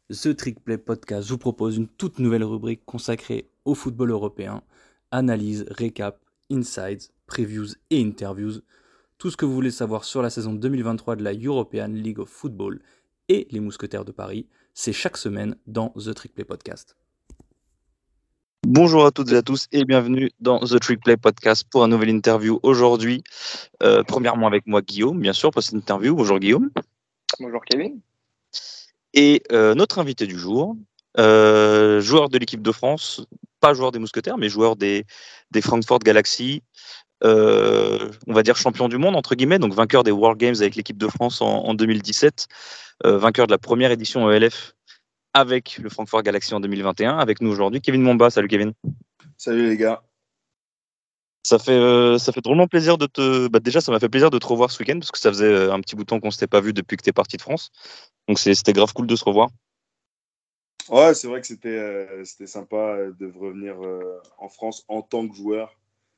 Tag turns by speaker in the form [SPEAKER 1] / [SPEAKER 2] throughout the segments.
[SPEAKER 1] The Trick Play Podcast vous propose une toute nouvelle rubrique consacrée au football européen. Analyse, récap, insights, previews et interviews. Tout ce que vous voulez savoir sur la saison 2023 de la European League of Football et les Mousquetaires de Paris, c'est chaque semaine dans The Trick Play Podcast.
[SPEAKER 2] Bonjour à toutes et à tous et bienvenue dans The Trick Play Podcast pour un nouvel interview aujourd'hui. Premièrement avec moi Guillaume, bien sûr, pour cette interview. Bonjour Guillaume.
[SPEAKER 3] Bonjour Kevin.
[SPEAKER 2] Et notre invité du jour, joueur de l'équipe de France, pas joueur des Mousquetaires, mais joueur des Frankfurt Galaxy, on va dire champion du monde entre guillemets, donc vainqueur des World Games avec l'équipe de France en 2017, vainqueur de la première édition ELF avec le Frankfurt Galaxy en 2021. Avec nous aujourd'hui, Kevin Momba. Salut Kevin.
[SPEAKER 4] Salut les gars.
[SPEAKER 2] Ça fait drôlement plaisir de te. Déjà, ça m'a fait plaisir de te revoir ce week-end parce que ça faisait un petit bout de temps qu'on s'était pas vu depuis que tu es parti de France. Donc c'était grave cool de se revoir.
[SPEAKER 4] Ouais, c'est vrai que c'était sympa de revenir en France en tant que joueur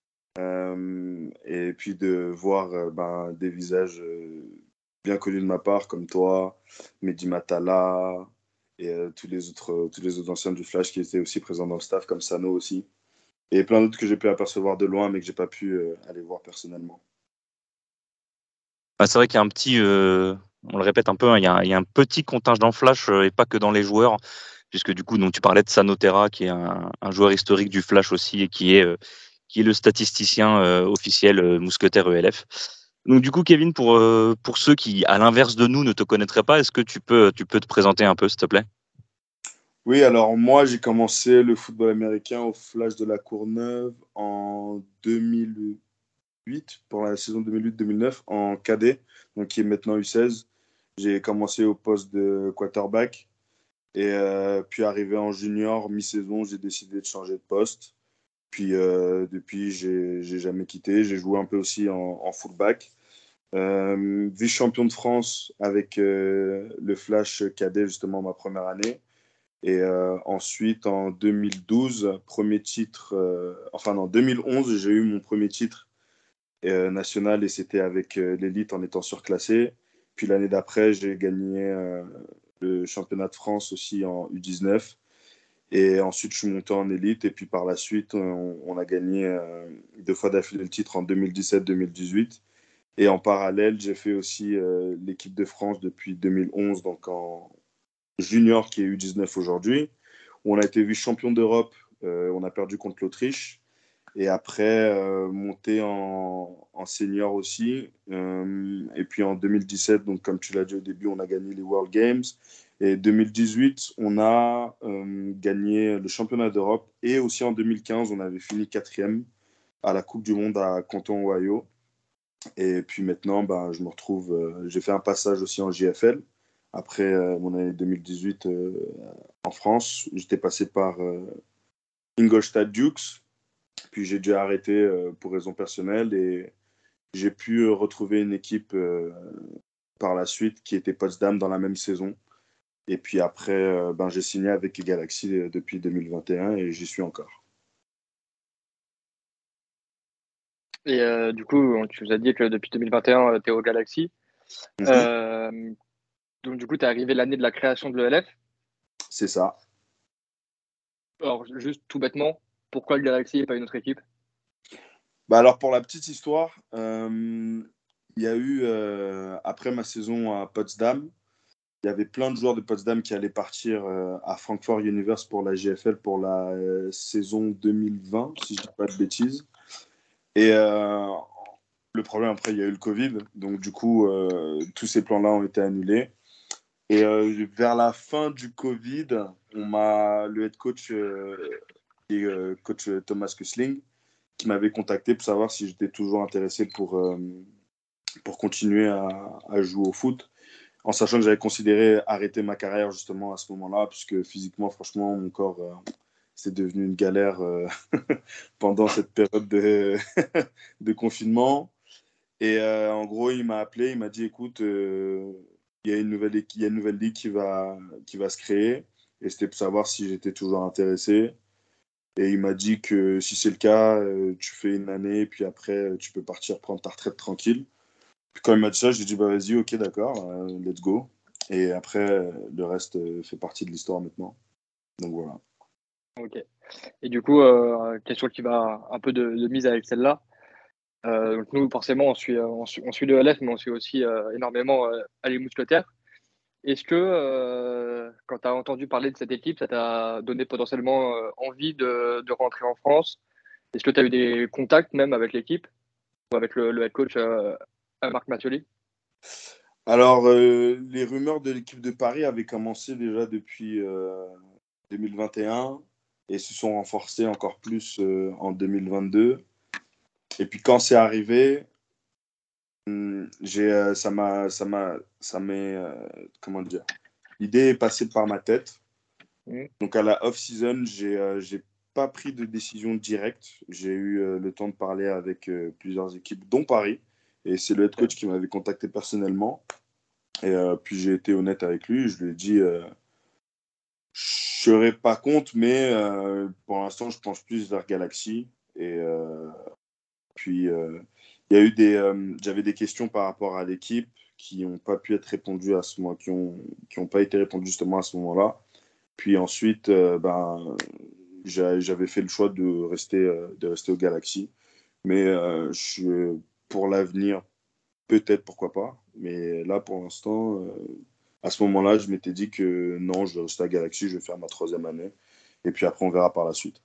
[SPEAKER 4] et puis de voir des visages bien connus de ma part comme toi, Mehdi Matala et tous les autres anciens du Flash qui étaient aussi présents dans le staff comme Sano aussi. Et plein d'autres que j'ai pu apercevoir de loin mais que j'ai pas pu aller voir personnellement.
[SPEAKER 2] C'est vrai qu'il y a un petit, on le répète un peu, hein, il y a un petit contingent Flash et pas que dans les joueurs, puisque du coup, donc tu parlais de Sanotera qui est un joueur historique du Flash aussi et qui est le statisticien officiel mousquetaire ELF. Donc du coup, Kevin, pour ceux qui, à l'inverse de nous, ne te connaîtraient pas, est-ce que tu peux te présenter un peu, s'il te plaît?
[SPEAKER 4] Oui, alors moi j'ai commencé le football américain au Flash de la Courneuve en 2008, pour la saison 2008-2009 en cadet, donc qui est maintenant U16. J'ai commencé au poste de quarterback et puis arrivé en junior, mi-saison, j'ai décidé de changer de poste. Puis depuis, j'ai jamais quitté. J'ai joué un peu aussi en fullback. Vice-champion de France avec le Flash cadet, justement, ma première année. Et ensuite, en 2012, premier titre, 2011, j'ai eu mon premier titre national et c'était avec l'élite en étant surclassé. Puis l'année d'après, j'ai gagné le championnat de France aussi en U19. Et ensuite, je suis monté en élite. Et puis par la suite, on a gagné 2 fois d'affilée le titre en 2017-2018. Et en parallèle, j'ai fait aussi l'équipe de France depuis 2011, donc en junior qui est U19 aujourd'hui, où on a été vice-champion d'Europe. On a perdu contre l'Autriche. Et après, monté en senior aussi. Et puis en 2017, donc comme tu l'as dit au début, on a gagné les World Games. Et 2018, on a gagné le championnat d'Europe. Et aussi en 2015, on avait fini 4e à la Coupe du Monde à Canton, Ohio. Et puis maintenant, je me retrouve. J'ai fait un passage aussi en JFL. Après mon année 2018 en France, j'étais passé par Ingolstadt Dukes. Puis j'ai dû arrêter pour raisons personnelles et j'ai pu retrouver une équipe par la suite qui était Potsdam dans la même saison. Et puis après, j'ai signé avec Galaxy depuis 2021 et j'y suis encore.
[SPEAKER 3] Et du coup, tu nous as dit que depuis 2021, tu es au Galaxy.
[SPEAKER 4] Mm-hmm.
[SPEAKER 3] Donc du coup, tu es arrivé l'année de la création de l'ELF.
[SPEAKER 4] C'est ça.
[SPEAKER 3] Alors juste tout bêtement, pourquoi le Galaxy et pas une autre équipe?
[SPEAKER 4] Alors pour la petite histoire, il y a eu, après ma saison à Potsdam, il y avait plein de joueurs de Potsdam qui allaient partir à Frankfurt Universe pour la GFL pour la saison 2020, si je ne dis pas de bêtises. Et le problème, après, il y a eu le Covid. Donc, du coup, tous ces plans-là ont été annulés. Et vers la fin du Covid, le head coach, coach Thomas Kussling, qui m'avait contacté pour savoir si j'étais toujours intéressé pour continuer à jouer au foot. En sachant que j'avais considéré arrêter ma carrière justement à ce moment-là, puisque physiquement, franchement, mon corps, c'est devenu une galère pendant cette période de confinement. Et en gros, il m'a appelé, il m'a dit, écoute, il y a une nouvelle ligue qui va se créer. Et c'était pour savoir si j'étais toujours intéressé. Et il m'a dit que si c'est le cas, tu fais une année, puis après, tu peux partir prendre ta retraite tranquille. Puis quand il m'a dit ça, j'ai dit, vas-y, ok, d'accord, let's go. Et après, le reste fait partie de l'histoire maintenant. Donc voilà.
[SPEAKER 3] Ok. Et du coup, question qui va un peu de mise avec celle-là. Donc nous, forcément, on suit le LF, mais on suit aussi énormément les Mousquetaires. Est-ce que, quand tu as entendu parler de cette équipe, ça t'a donné potentiellement envie de rentrer en France? Est-ce que tu as eu des contacts même avec l'équipe ou avec le head coach Marc Mathioli?
[SPEAKER 4] Alors, les rumeurs de l'équipe de Paris avaient commencé déjà depuis 2021 et se sont renforcées encore plus en 2022. Et puis quand c'est arrivé, comment dire, l'idée est passée par ma tête.
[SPEAKER 3] Mmh.
[SPEAKER 4] Donc à la off-season, j'ai pas pris de décision directe. J'ai eu le temps de parler avec plusieurs équipes, dont Paris. Et c'est le head coach qui m'avait contacté personnellement. Et puis j'ai été honnête avec lui. Je lui ai dit, je serais pas contre, mais pour l'instant, je penche plus vers Galaxy. Et puis il y a eu j'avais des questions par rapport à l'équipe qui n'ont pas pu être répondues à ce moment, qui ont pas été répondues justement à ce moment-là. Puis ensuite, j'avais fait le choix de rester au Galaxy. Mais pour l'avenir, peut-être, pourquoi pas. Mais là, pour l'instant, à ce moment-là, je m'étais dit que non, je vais rester à Galaxy, je vais faire ma 3e année. Et puis après, on verra par la suite.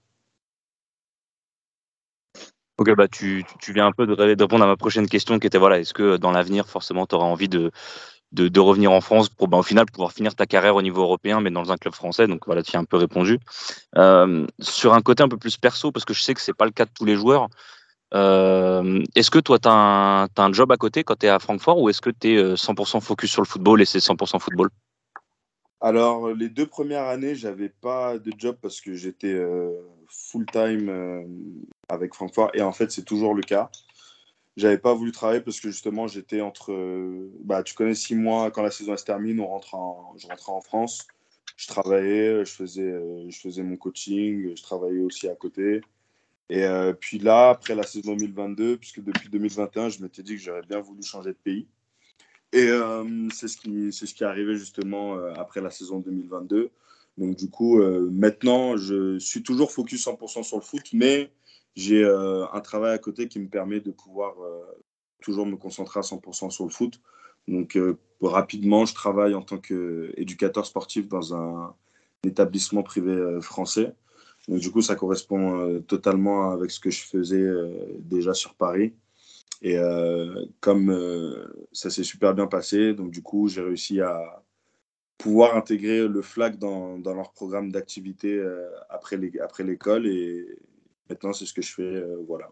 [SPEAKER 2] Ok, bah tu viens un peu de répondre à ma prochaine question qui était voilà, est-ce que dans l'avenir, forcément, tu auras envie de revenir en France pour au final pouvoir finir ta carrière au niveau européen, mais dans un club français. Donc voilà, tu as un peu répondu. Sur un côté un peu plus perso, parce que je sais que c'est pas le cas de tous les joueurs, est-ce que toi, tu as un job à côté quand tu es à Francfort ou est-ce que tu es 100% focus sur le football et c'est 100% football?
[SPEAKER 4] Alors, les 2 premières années, j'avais pas de job parce que j'étais full-time avec Francfort. Et en fait, c'est toujours le cas. J'avais pas voulu travailler parce que justement, j'étais entre. Tu connais 6 mois, quand la saison se termine, je rentrais en France. Je travaillais, je faisais mon coaching, je travaillais aussi à côté. Et puis là, après la saison 2022, puisque depuis 2021, je m'étais dit que j'aurais bien voulu changer de pays. Et c'est ce qui est arrivé justement après la saison 2022. Donc du coup, maintenant, je suis toujours focus 100% sur le foot, mais j'ai un travail à côté qui me permet de pouvoir toujours me concentrer à 100% sur le foot. Donc rapidement, je travaille en tant qu'éducateur sportif dans un établissement privé français. Donc du coup, ça correspond totalement avec ce que je faisais déjà sur Paris. Et comme ça s'est super bien passé, donc du coup, j'ai réussi à pouvoir intégrer le FLAC dans leur programme d'activité après l'école. Et maintenant, c'est ce que je fais. Voilà.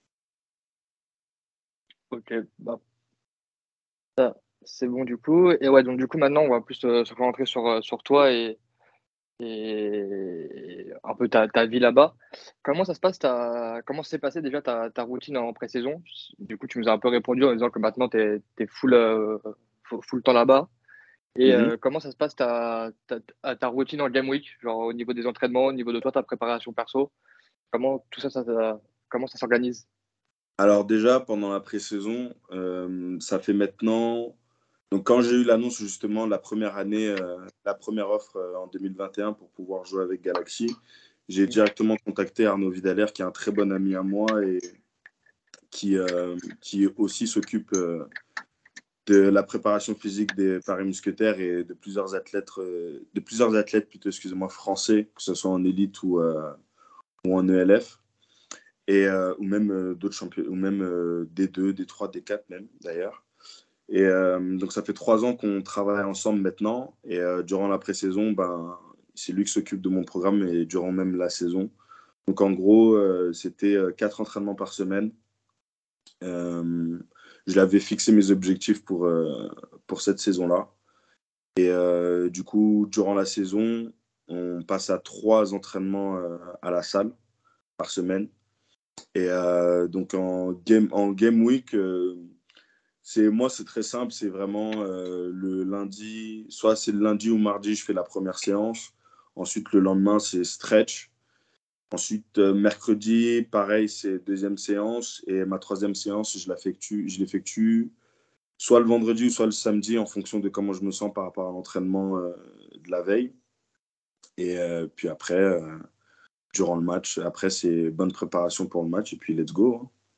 [SPEAKER 3] Ok, bah, c'est bon du coup. Et ouais, donc du coup, maintenant, on va plus se concentrer sur toi et un peu ta vie là-bas. Comment ça se passe comment s'est passé déjà ta routine en pré-saison? Du coup, tu nous as un peu répondu en disant que maintenant, tu es full temps là-bas. Et
[SPEAKER 4] Mhm.
[SPEAKER 3] comment ça se passe ta routine en game week, genre au niveau des entraînements, au niveau de toi, ta préparation perso? Comment tout ça, comment ça s'organise?
[SPEAKER 4] Alors déjà, pendant la pré-saison, ça fait maintenant. Donc quand j'ai eu l'annonce justement la première année, la première offre en 2021 pour pouvoir jouer avec Galaxy, j'ai directement contacté Arnaud Vidalère, qui est un très bon ami à moi et qui aussi s'occupe de la préparation physique des Paris Mousquetaires et de plusieurs athlètes plutôt, excusez-moi, français, que ce soit en élite ou en ELF, et ou même d'autres champions, ou même D2, D3, D4 même d'ailleurs. Et donc ça fait 3 ans qu'on travaille ensemble maintenant, et durant la pré-saison, c'est lui qui s'occupe de mon programme et durant même la saison. Donc en gros, c'était 4 entraînements par semaine. Euh, je l'avais fixé mes objectifs pour cette saison-là. Et du coup, durant la saison, on passe à 3 entraînements à la salle par semaine. Et donc en game week, c'est très simple. C'est vraiment le lundi, soit c'est le lundi ou mardi, je fais la première séance. Ensuite, le lendemain, c'est stretch. Ensuite, mercredi, pareil, c'est deuxième séance. Et ma 3e séance, je l'effectue soit le vendredi ou soit le samedi en fonction de comment je me sens par rapport à l'entraînement de la veille. Et puis après, durant le match, après, c'est bonne préparation pour le match et puis let's go.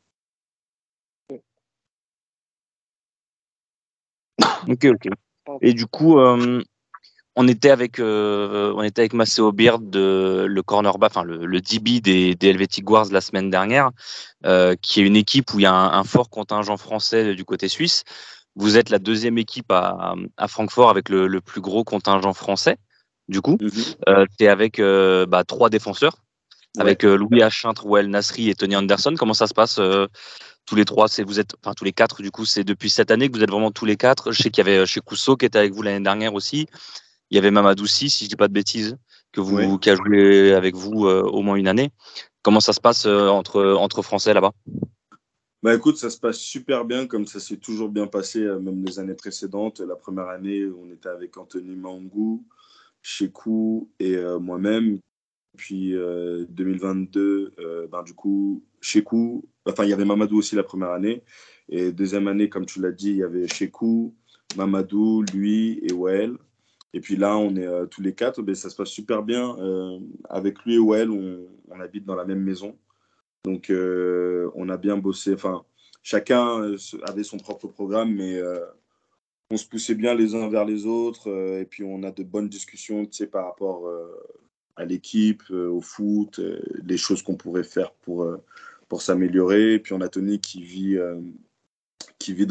[SPEAKER 2] Ok. Et du coup, on était avec Maceo Beard, le cornerback, enfin le DB des Helvetic Wars la semaine dernière, qui est une équipe où il y a un fort contingent français du côté suisse. Vous êtes la deuxième équipe à Francfort avec le plus gros contingent français. Du coup, tu es avec 3 défenseurs, avec Louis Achinte, Rouel Nasri et Tony Anderson. Comment ça se passe tous les 3, tous les 4, du coup, c'est depuis cette année que vous êtes vraiment tous les 4. Je sais qu'il y avait chez Cousso qui était avec vous l'année dernière aussi. Il y avait Mamadou Si, si je dis pas de bêtises, qui a joué avec vous au moins une année. Comment ça se passe entre Français là-bas?
[SPEAKER 4] Bah écoute, ça se passe super bien, comme ça s'est toujours bien passé, même les années précédentes. La première année, on était avec Anthony Maungou, Shekou et moi-même. Puis 2022, du coup, Shekou, enfin il y avait Mamadou aussi la première année. Et deuxième année, comme tu l'as dit, il y avait Shekou, Mamadou, lui et Wael. Et puis là, on est tous les 4, ben, ça se passe super bien. Avec lui et Wael, on habite dans la même maison. Donc, on a bien bossé. Enfin, chacun avait son propre programme, mais on se poussait bien les uns vers les autres. Et puis, on a de bonnes discussions, tu sais, par rapport à l'équipe, au foot, les choses qu'on pourrait faire pour s'améliorer. Et puis, on a Tony qui vit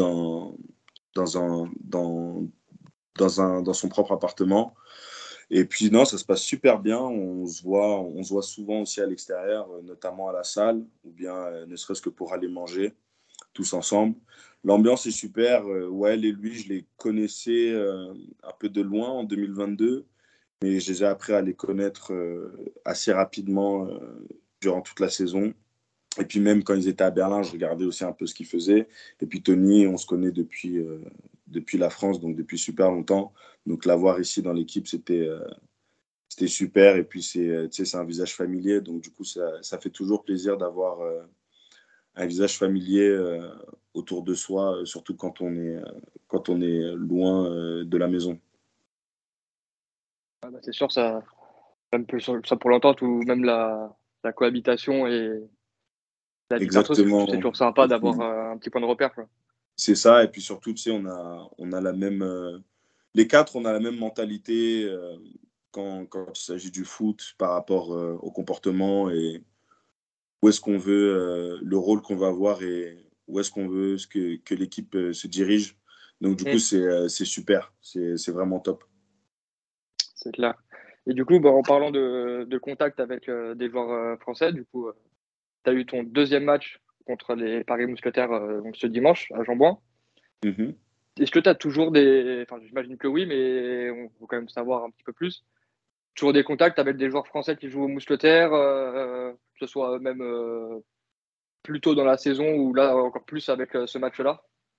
[SPEAKER 4] dans son propre appartement. Et puis, non, ça se passe super bien. On se voit souvent aussi à l'extérieur, notamment à la salle, ou bien ne serait-ce que pour aller manger tous ensemble. L'ambiance est super. Wael et lui, je les connaissais un peu de loin en 2022, mais je les ai appris à les connaître assez rapidement durant toute la saison. Et puis même quand ils étaient à Berlin, je regardais aussi un peu ce qu'ils faisaient. Et puis Tony, on se connaît depuis la France, donc depuis super longtemps. Donc l'avoir ici dans l'équipe, c'était super. Et puis, c'est un visage familier. Donc, du coup, ça fait toujours plaisir d'avoir un visage familier autour de soi, surtout quand on est loin de la maison.
[SPEAKER 3] Ah bah, c'est sûr, ça pour l'entente ou même la cohabitation et la vie perso,
[SPEAKER 4] Exactement.
[SPEAKER 3] c'est toujours sympa
[SPEAKER 4] Et
[SPEAKER 3] d'avoir
[SPEAKER 4] puis,
[SPEAKER 3] un petit point de repère, quoi.
[SPEAKER 4] c'est ça. Et puis surtout, tu sais, on a la même. Les 4, on a la même mentalité quand il s'agit du foot par rapport au comportement et où est-ce qu'on veut, le rôle qu'on va avoir et où est-ce qu'on veut que l'équipe se dirige. Donc, du coup, c'est super. C'est vraiment top.
[SPEAKER 3] C'est clair. Et du coup, en parlant de contact avec des joueurs français, du coup, tu as eu ton deuxième match contre les Paris Mousquetaires donc ce dimanche à Jean-Bouin.
[SPEAKER 4] Mhm.
[SPEAKER 3] Est-ce que tu as toujours des. Enfin, j'imagine que oui, mais on veut quand même savoir un petit peu plus. Toujours des contacts avec des joueurs français qui jouent aux Mousquetaires, que ce soit même plus tôt dans la saison ou là encore plus avec ce match-là?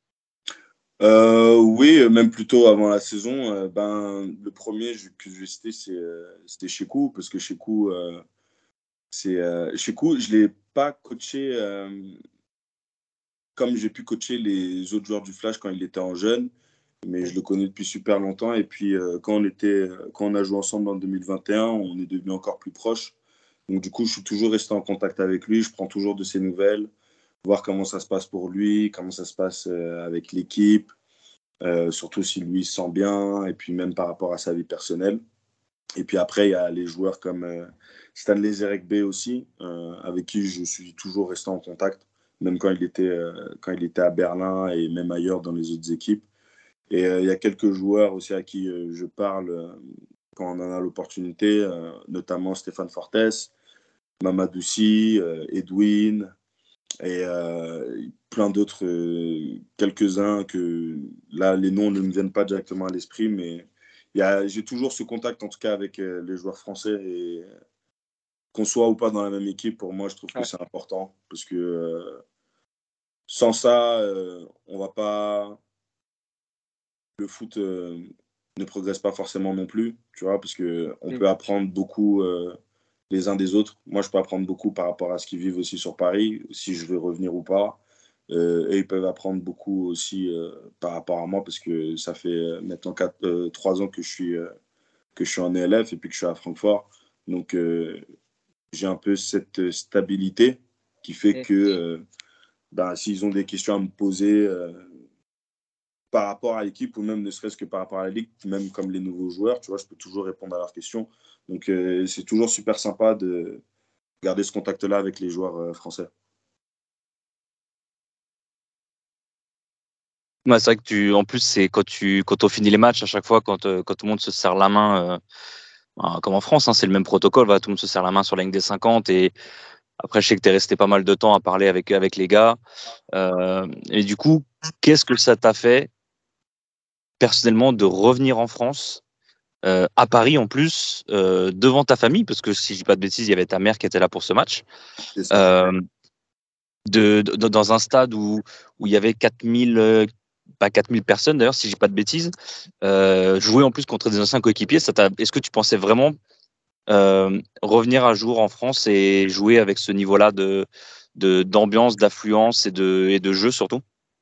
[SPEAKER 4] Oui, même plutôt avant la saison. Le premier que je vais citer, c'était Shekou, parce que Shekou, Shekou, je ne l'ai pas coaché comme j'ai pu coacher les autres joueurs du Flash quand il était en jeune, mais je le connais depuis super longtemps. Et puis, quand on a joué ensemble en 2021, on est devenus encore plus proches. Donc, du coup, je suis toujours resté en contact avec lui. Je prends toujours de ses nouvelles, voir comment ça se passe pour lui, comment ça se passe avec l'équipe, surtout si lui se sent bien, et puis même par rapport à sa vie personnelle. Et puis après, il y a les joueurs comme Stanley Zerekbe aussi, avec qui je suis toujours resté en contact, même quand il était à Berlin et même ailleurs dans les autres équipes. Et il y a quelques joueurs aussi à qui je parle quand on en a l'opportunité, notamment Stéphane Fortes, Mamadou Si, Edwin, et plein d'autres, quelques-uns que là, les noms ne me viennent pas directement à l'esprit, mais j'ai toujours ce contact en tout cas avec les joueurs français et qu'on soit ou pas dans la même équipe, pour moi, je trouve que
[SPEAKER 3] Ouais.
[SPEAKER 4] c'est important parce que sans ça, on va pas. Le foot ne progresse pas forcément non plus, tu vois, parce qu'on peut apprendre beaucoup les uns des autres. Moi, je peux apprendre beaucoup par rapport à ce qu'ils vivent aussi sur Paris, si je veux revenir ou pas. Et ils peuvent apprendre beaucoup aussi par rapport à moi parce que ça fait maintenant 3 ans que je suis en ELF et puis que je suis à Francfort. Donc, j'ai un peu cette stabilité qui fait que s'ils ont des questions à me poser par rapport à l'équipe ou même ne serait-ce que par rapport à la ligue, même comme les nouveaux joueurs, tu vois, je peux toujours répondre à leurs questions. Donc, c'est toujours super sympa de garder ce contact-là avec les joueurs français.
[SPEAKER 2] Ouais, c'est vrai que en plus, c'est quand on finit les matchs, à chaque fois, quand tout le monde se serre la main, comme en France, hein, c'est le même protocole, tout le monde se serre la main sur la ligne des 50. Et après, je sais que tu es resté pas mal de temps à parler avec les gars. Et du coup, qu'est-ce que ça t'a fait, personnellement, de revenir en France, à Paris en plus, devant ta famille, parce que si je dis pas de bêtises, il y avait ta mère qui était là pour ce match,
[SPEAKER 4] C'est ça.
[SPEAKER 2] dans un stade où il y avait 4000, pas 4000 personnes d'ailleurs, si je dis pas de bêtises, jouer en plus contre des anciens coéquipiers, est-ce que tu pensais vraiment revenir un jour en France et jouer avec ce niveau-là d'ambiance, d'affluence et de jeu surtout?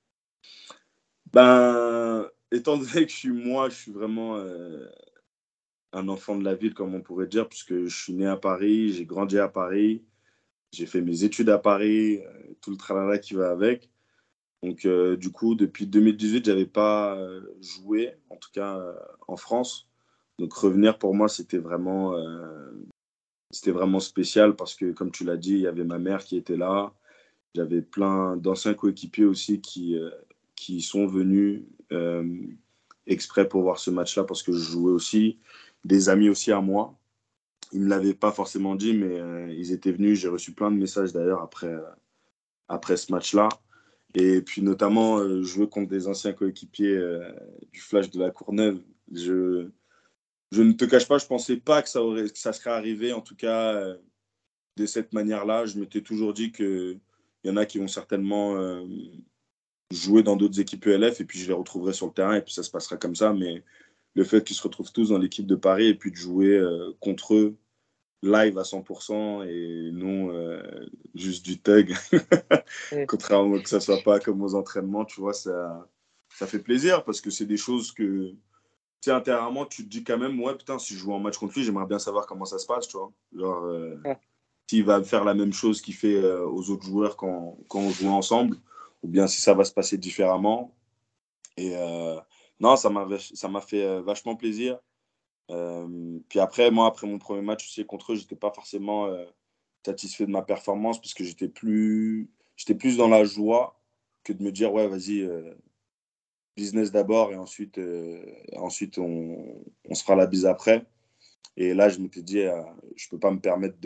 [SPEAKER 4] Étant donné que je suis vraiment un enfant de la ville, comme on pourrait dire, puisque je suis né à Paris, j'ai grandi à Paris, j'ai fait mes études à Paris, tout le tralala qui va avec. Donc, du coup, depuis 2018, je n'avais pas joué, en tout cas en France. Donc, revenir pour moi, c'était vraiment spécial parce que, comme tu l'as dit, il y avait ma mère qui était là. J'avais plein d'anciens coéquipiers aussi qui sont venus exprès pour voir ce match-là parce que je jouais aussi. Des amis aussi à moi. Ils ne me l'avaient pas forcément dit, mais ils étaient venus. J'ai reçu plein de messages d'ailleurs après ce match-là. Et puis notamment, jouer contre des anciens coéquipiers du Flash de la Courneuve. Je ne te cache pas, je ne pensais pas que ça serait arrivé, en tout cas de cette manière-là. Je m'étais toujours dit qu'il y en a qui vont certainement jouer dans d'autres équipes ELF et puis je les retrouverai sur le terrain et puis ça se passera comme ça. Mais le fait qu'ils se retrouvent tous dans l'équipe de Paris et puis de jouer contre eux live à 100% et non juste du tug, contrairement que ça soit pas comme aux entraînements, tu vois, ça fait plaisir parce que c'est des choses que, tu sais, intérieurement, tu te dis quand même, ouais, putain, si je joue en match contre lui, j'aimerais bien savoir comment ça se passe, tu vois. Genre, s'il va faire la même chose qu'il fait aux autres joueurs quand on joue ensemble, ou bien si ça va se passer différemment. Et non, ça m'a fait vachement plaisir. Puis après, moi, après mon premier match aussi contre eux, j'étais pas forcément satisfait de ma performance parce que j'étais plus dans la joie que de me dire, ouais, vas-y, business d'abord et ensuite on se fera la bise après. Et là, je m'étais dit, je peux pas me permettre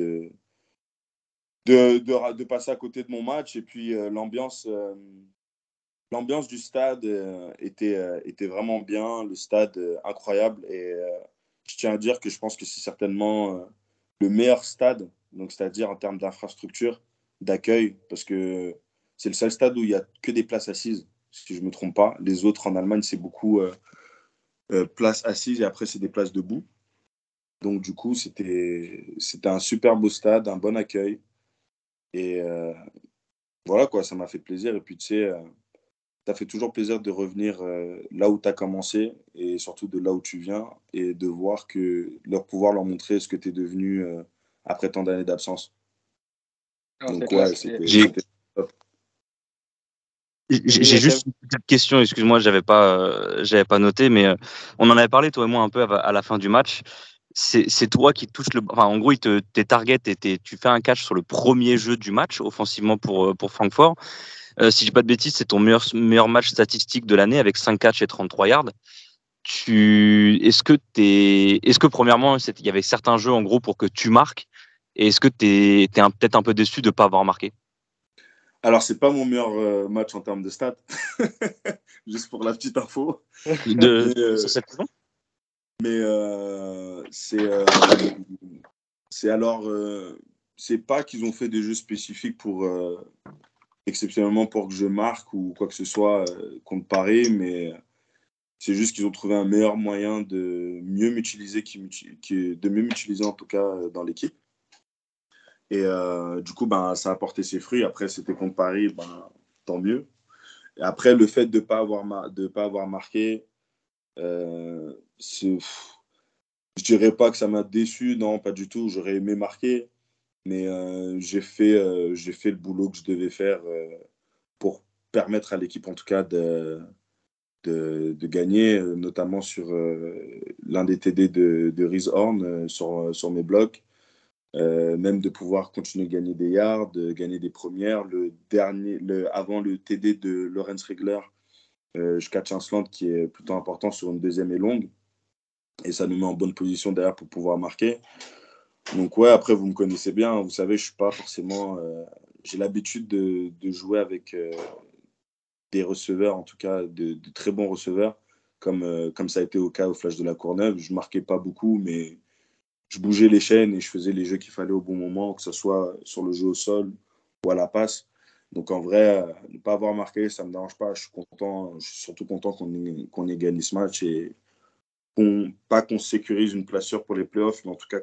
[SPEAKER 4] de passer à côté de mon match. Et puis, l'ambiance du stade était vraiment bien, le stade incroyable. Et je tiens à dire que je pense que c'est certainement le meilleur stade, donc c'est-à-dire en termes d'infrastructure, d'accueil, parce que c'est le seul stade où il n'y a que des places assises, si je ne me trompe pas. Les autres en Allemagne, c'est beaucoup places assises et après, c'est des places debout. Donc, du coup, c'était un super beau stade, un bon accueil. Et voilà, quoi, ça m'a fait plaisir. Et puis, tu sais, ça fait toujours plaisir de revenir là où tu as commencé et surtout de là où tu viens et de voir pouvoir leur montrer ce que tu es devenu après tant d'années d'absence.
[SPEAKER 3] Non, c'est
[SPEAKER 4] Donc,
[SPEAKER 3] clair.
[SPEAKER 4] ouais,
[SPEAKER 2] J'ai
[SPEAKER 4] c'était top.
[SPEAKER 3] Oui,
[SPEAKER 2] j'ai juste une petite question, excuse-moi, j'avais pas noté, mais on en avait parlé, toi et moi, un peu à la fin du match. C'est toi qui touches enfin, en gros, tes targets, tu fais un catch sur le premier jeu du match, offensivement pour Francfort. Si je dis pas de bêtises, c'est ton meilleur match statistique de l'année avec 5 catchs et 33 yards. Est-ce que premièrement, il y avait certains jeux en gros pour que tu marques, et est-ce que t'es peut-être un peu déçu de pas avoir marqué?
[SPEAKER 4] Alors, c'est pas mon meilleur match en termes de stats, juste pour la petite info.
[SPEAKER 2] Sur cette saison?
[SPEAKER 4] Mais c'est alors, c'est pas qu'ils ont fait des jeux spécifiques pour exceptionnellement pour que je marque ou quoi que ce soit contre Paris, mais c'est juste qu'ils ont trouvé un meilleur moyen de mieux m'utiliser, de mieux m'utiliser en tout cas dans l'équipe. Et du coup, ça a porté ses fruits. Après, c'était contre Paris. tant mieux. Et après, le fait de pas avoir marqué, je dirais pas que ça m'a déçu, non, pas du tout. J'aurais aimé marquer, mais j'ai fait le boulot que je devais faire pour permettre à l'équipe, en tout cas, de gagner, notamment sur l'un des TD de Reese Horn sur mes blocs. Même de pouvoir continuer de gagner des yards, de gagner des premières. Avant le TD de Lawrence Regler, je catch un slant qui est plutôt important sur une deuxième et longue. Et ça nous met en bonne position derrière pour pouvoir marquer. Donc ouais, après, vous me connaissez bien. Vous savez, je suis pas forcément... j'ai l'habitude de jouer avec des receveurs, en tout cas de très bons receveurs, comme ça a été au cas au Flash de la Courneuve. Je marquais pas beaucoup, mais je bougeais les chaînes et je faisais les jeux qu'il fallait au bon moment, que ce soit sur le jeu au sol ou à la passe. Donc en vrai, ne pas avoir marqué, ça ne me dérange pas. Je suis content, je suis surtout content qu'on ait gagné ce match et pas qu'on sécurise une place sûre pour les playoffs, mais en tout cas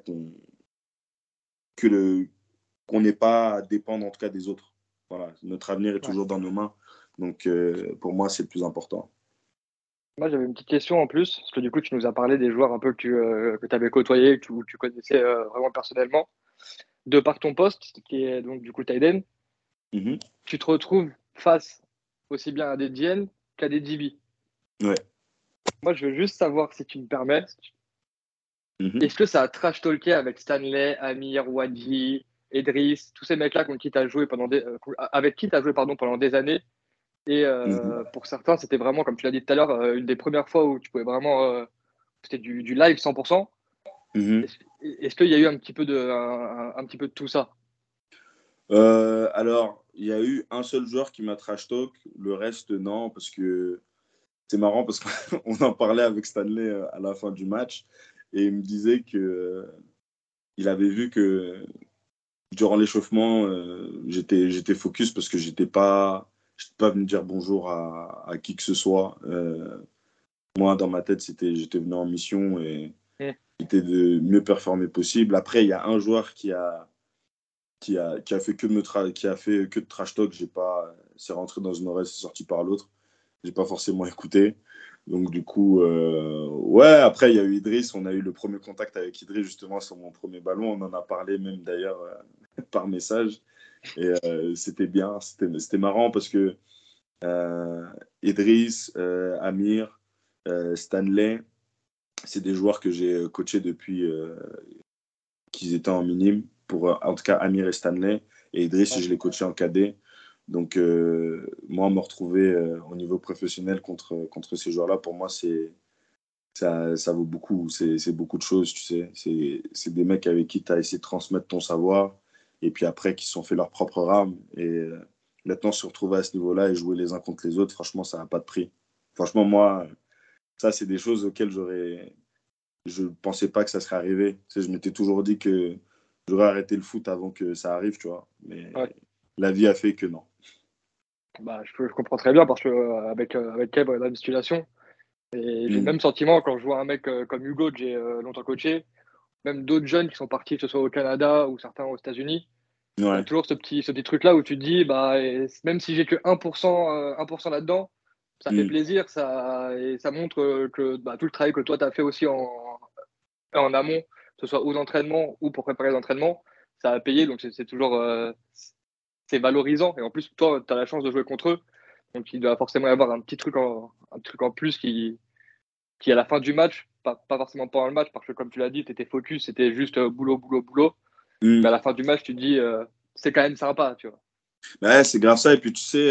[SPEAKER 4] qu'on n'ait pas à dépendre en tout cas des autres. Voilà, notre avenir est toujours dans nos mains. Donc pour moi, c'est le plus important.
[SPEAKER 3] Moi, j'avais une petite question en plus, parce que du coup, tu nous as parlé des joueurs un peu que tu avais côtoyés, que tu connaissais vraiment personnellement. De par ton poste, qui est donc du coup tight end,
[SPEAKER 4] Mhm.
[SPEAKER 3] tu te retrouves face aussi bien à des DN qu'à des DB.
[SPEAKER 4] Ouais.
[SPEAKER 3] Moi, je veux juste savoir, si tu me permets,
[SPEAKER 4] Mhm.
[SPEAKER 3] est-ce que ça a trash talké avec Stanley, Amir, Wadji, Edris, tous ces mecs-là avec qui tu as joué pendant des années. Et
[SPEAKER 4] Mhm.
[SPEAKER 3] pour certains, c'était vraiment, comme tu l'as dit tout à l'heure, une des premières fois où tu pouvais vraiment. C'était du live 100%.
[SPEAKER 4] Mhm.
[SPEAKER 3] Est-ce qu'il y a eu un petit peu un petit peu de tout ça?
[SPEAKER 4] Alors, il y a eu un seul joueur qui m'a trash talk, le reste non, parce que c'est marrant parce qu'on en parlait avec Stanley à la fin du match et il me disait que il avait vu que durant l'échauffement, j'étais focus parce que j'étais pas venu dire bonjour à qui que ce soit. Moi, dans ma tête, j'étais venu en mission et j'étais de mieux performer possible. Après, il y a un joueur qui a fait que de trash talk. J'ai pas, c'est rentré dans une oreille, c'est sorti par l'autre. J'ai pas forcément écouté. Donc du coup, ouais. Après, il y a eu Idriss. On a eu le premier contact avec Idriss justement sur mon premier ballon. On en a parlé même d'ailleurs par message. Et c'était bien, c'était marrant parce que Idriss, Amir, Stanley, c'est des joueurs que j'ai coachés depuis qu'ils étaient en minime, pour en tout cas Amir et Stanley. Et Idriss, je l'ai coaché en cadet. Donc, moi, me retrouver au niveau professionnel contre ces joueurs-là, pour moi, ça vaut beaucoup. C'est beaucoup de choses, tu sais. C'est des mecs avec qui tu as essayé de transmettre ton savoir, et puis après, qui se sont fait leur propre rame. Et maintenant, se retrouver à ce niveau-là et jouer les uns contre les autres, franchement, ça n'a pas de prix. Franchement, moi, ça, c'est des choses auxquelles je ne pensais pas que ça serait arrivé. Tu sais, je m'étais toujours dit que j'aurais arrêté le foot avant que ça arrive, tu vois. Mais
[SPEAKER 3] Ouais.
[SPEAKER 4] la vie a fait que non.
[SPEAKER 3] Bah, je comprends très bien parce que avec Kev, on est dans une situation. Et j'ai le même sentiment quand je vois un mec comme Hugo, que j'ai longtemps coaché, même d'autres jeunes qui sont partis, que ce soit au Canada ou certains aux États-Unis. Il y a
[SPEAKER 4] Ouais.
[SPEAKER 3] toujours ce petit truc-là où tu te dis, bah, même si j'ai que 1%, 1% là-dedans, ça fait plaisir, et ça montre que bah, tout le travail que toi, tu as fait aussi en amont, que ce soit aux entraînements ou pour préparer les entraînements, ça a payé. Donc, c'est toujours c'est valorisant. Et en plus, toi, tu as la chance de jouer contre eux. Donc, il doit forcément y avoir un truc en plus qui, à la fin du match, pas forcément pendant le match, parce que comme tu l'as dit, tu étais focus, c'était juste boulot, boulot, boulot. Mais à la fin du match, tu te dis, c'est quand même sympa, tu vois.
[SPEAKER 4] Ouais, c'est grave ça. Et puis, tu sais,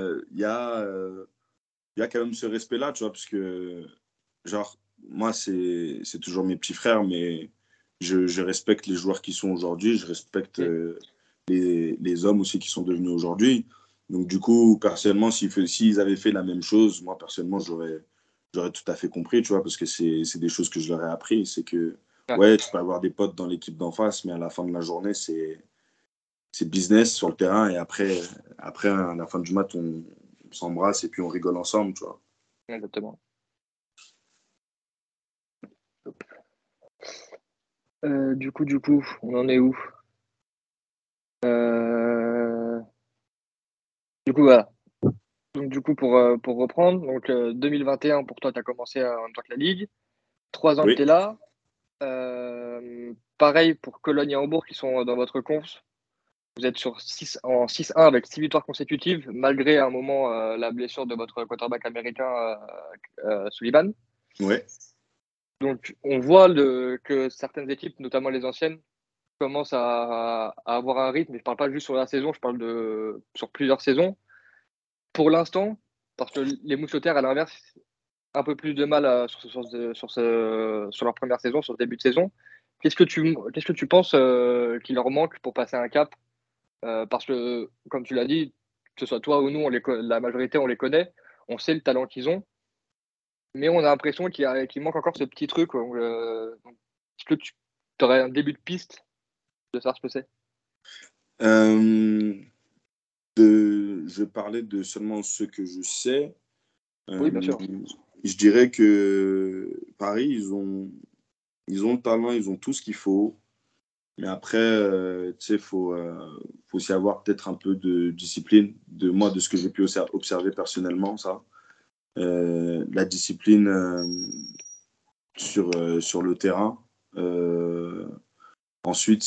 [SPEAKER 4] il y a quand même ce respect-là, tu vois, parce que, genre, moi, c'est toujours mes petits frères, mais je respecte les joueurs qui sont aujourd'hui, je respecte les hommes aussi qui sont devenus aujourd'hui. Donc, du coup, personnellement, s'ils avaient fait la même chose, moi, personnellement, j'aurais tout à fait compris, tu vois, parce que c'est des choses que je leur ai appris. C'est que,
[SPEAKER 3] Ouais,
[SPEAKER 4] ouais, tu peux avoir des potes dans l'équipe d'en face, mais à la fin de la journée, c'est business sur le terrain. Et après à la fin du match, on s'embrasse et puis on rigole ensemble, tu vois.
[SPEAKER 3] exactement. Du coup, on en est où? Du coup, voilà. Donc, du coup, pour reprendre, donc 2021, pour toi, tu as commencé en tant que la Ligue. 3 ans que
[SPEAKER 4] Oui,
[SPEAKER 3] tu es là. Pareil pour Cologne et Hambourg qui sont dans votre conf. Vous êtes en 6-1 avec 6 victoires consécutives, malgré à un moment la blessure de votre quarterback américain Sullivan.
[SPEAKER 4] ouais.
[SPEAKER 3] Donc, on voit que certaines équipes, notamment les anciennes, commencent à avoir un rythme. Et je ne parle pas juste sur la saison, je parle sur plusieurs saisons. Pour l'instant, parce que les Mousquetaires, à l'inverse, un peu plus de mal sur leur première saison, sur ce début de saison. Qu'est-ce que tu penses qu'il leur manque pour passer un cap? Parce que, comme tu l'as dit, que ce soit toi ou nous, la majorité, on les connaît, on sait le talent qu'ils ont, mais on a l'impression qu'il manque encore ce petit truc. Est-ce que tu aurais un début de piste de savoir ce que c'est?
[SPEAKER 4] Euh, je parlais de seulement ce que je sais.
[SPEAKER 3] Oui, bien
[SPEAKER 4] Euh,
[SPEAKER 3] sûr.
[SPEAKER 4] je dirais que Paris, ils ont le talent, ils ont tout ce qu'il faut. Mais après, tu sais, faut aussi avoir peut-être un peu de discipline. De ce que j'ai pu observer personnellement, ça. La discipline sur le terrain. Ensuite,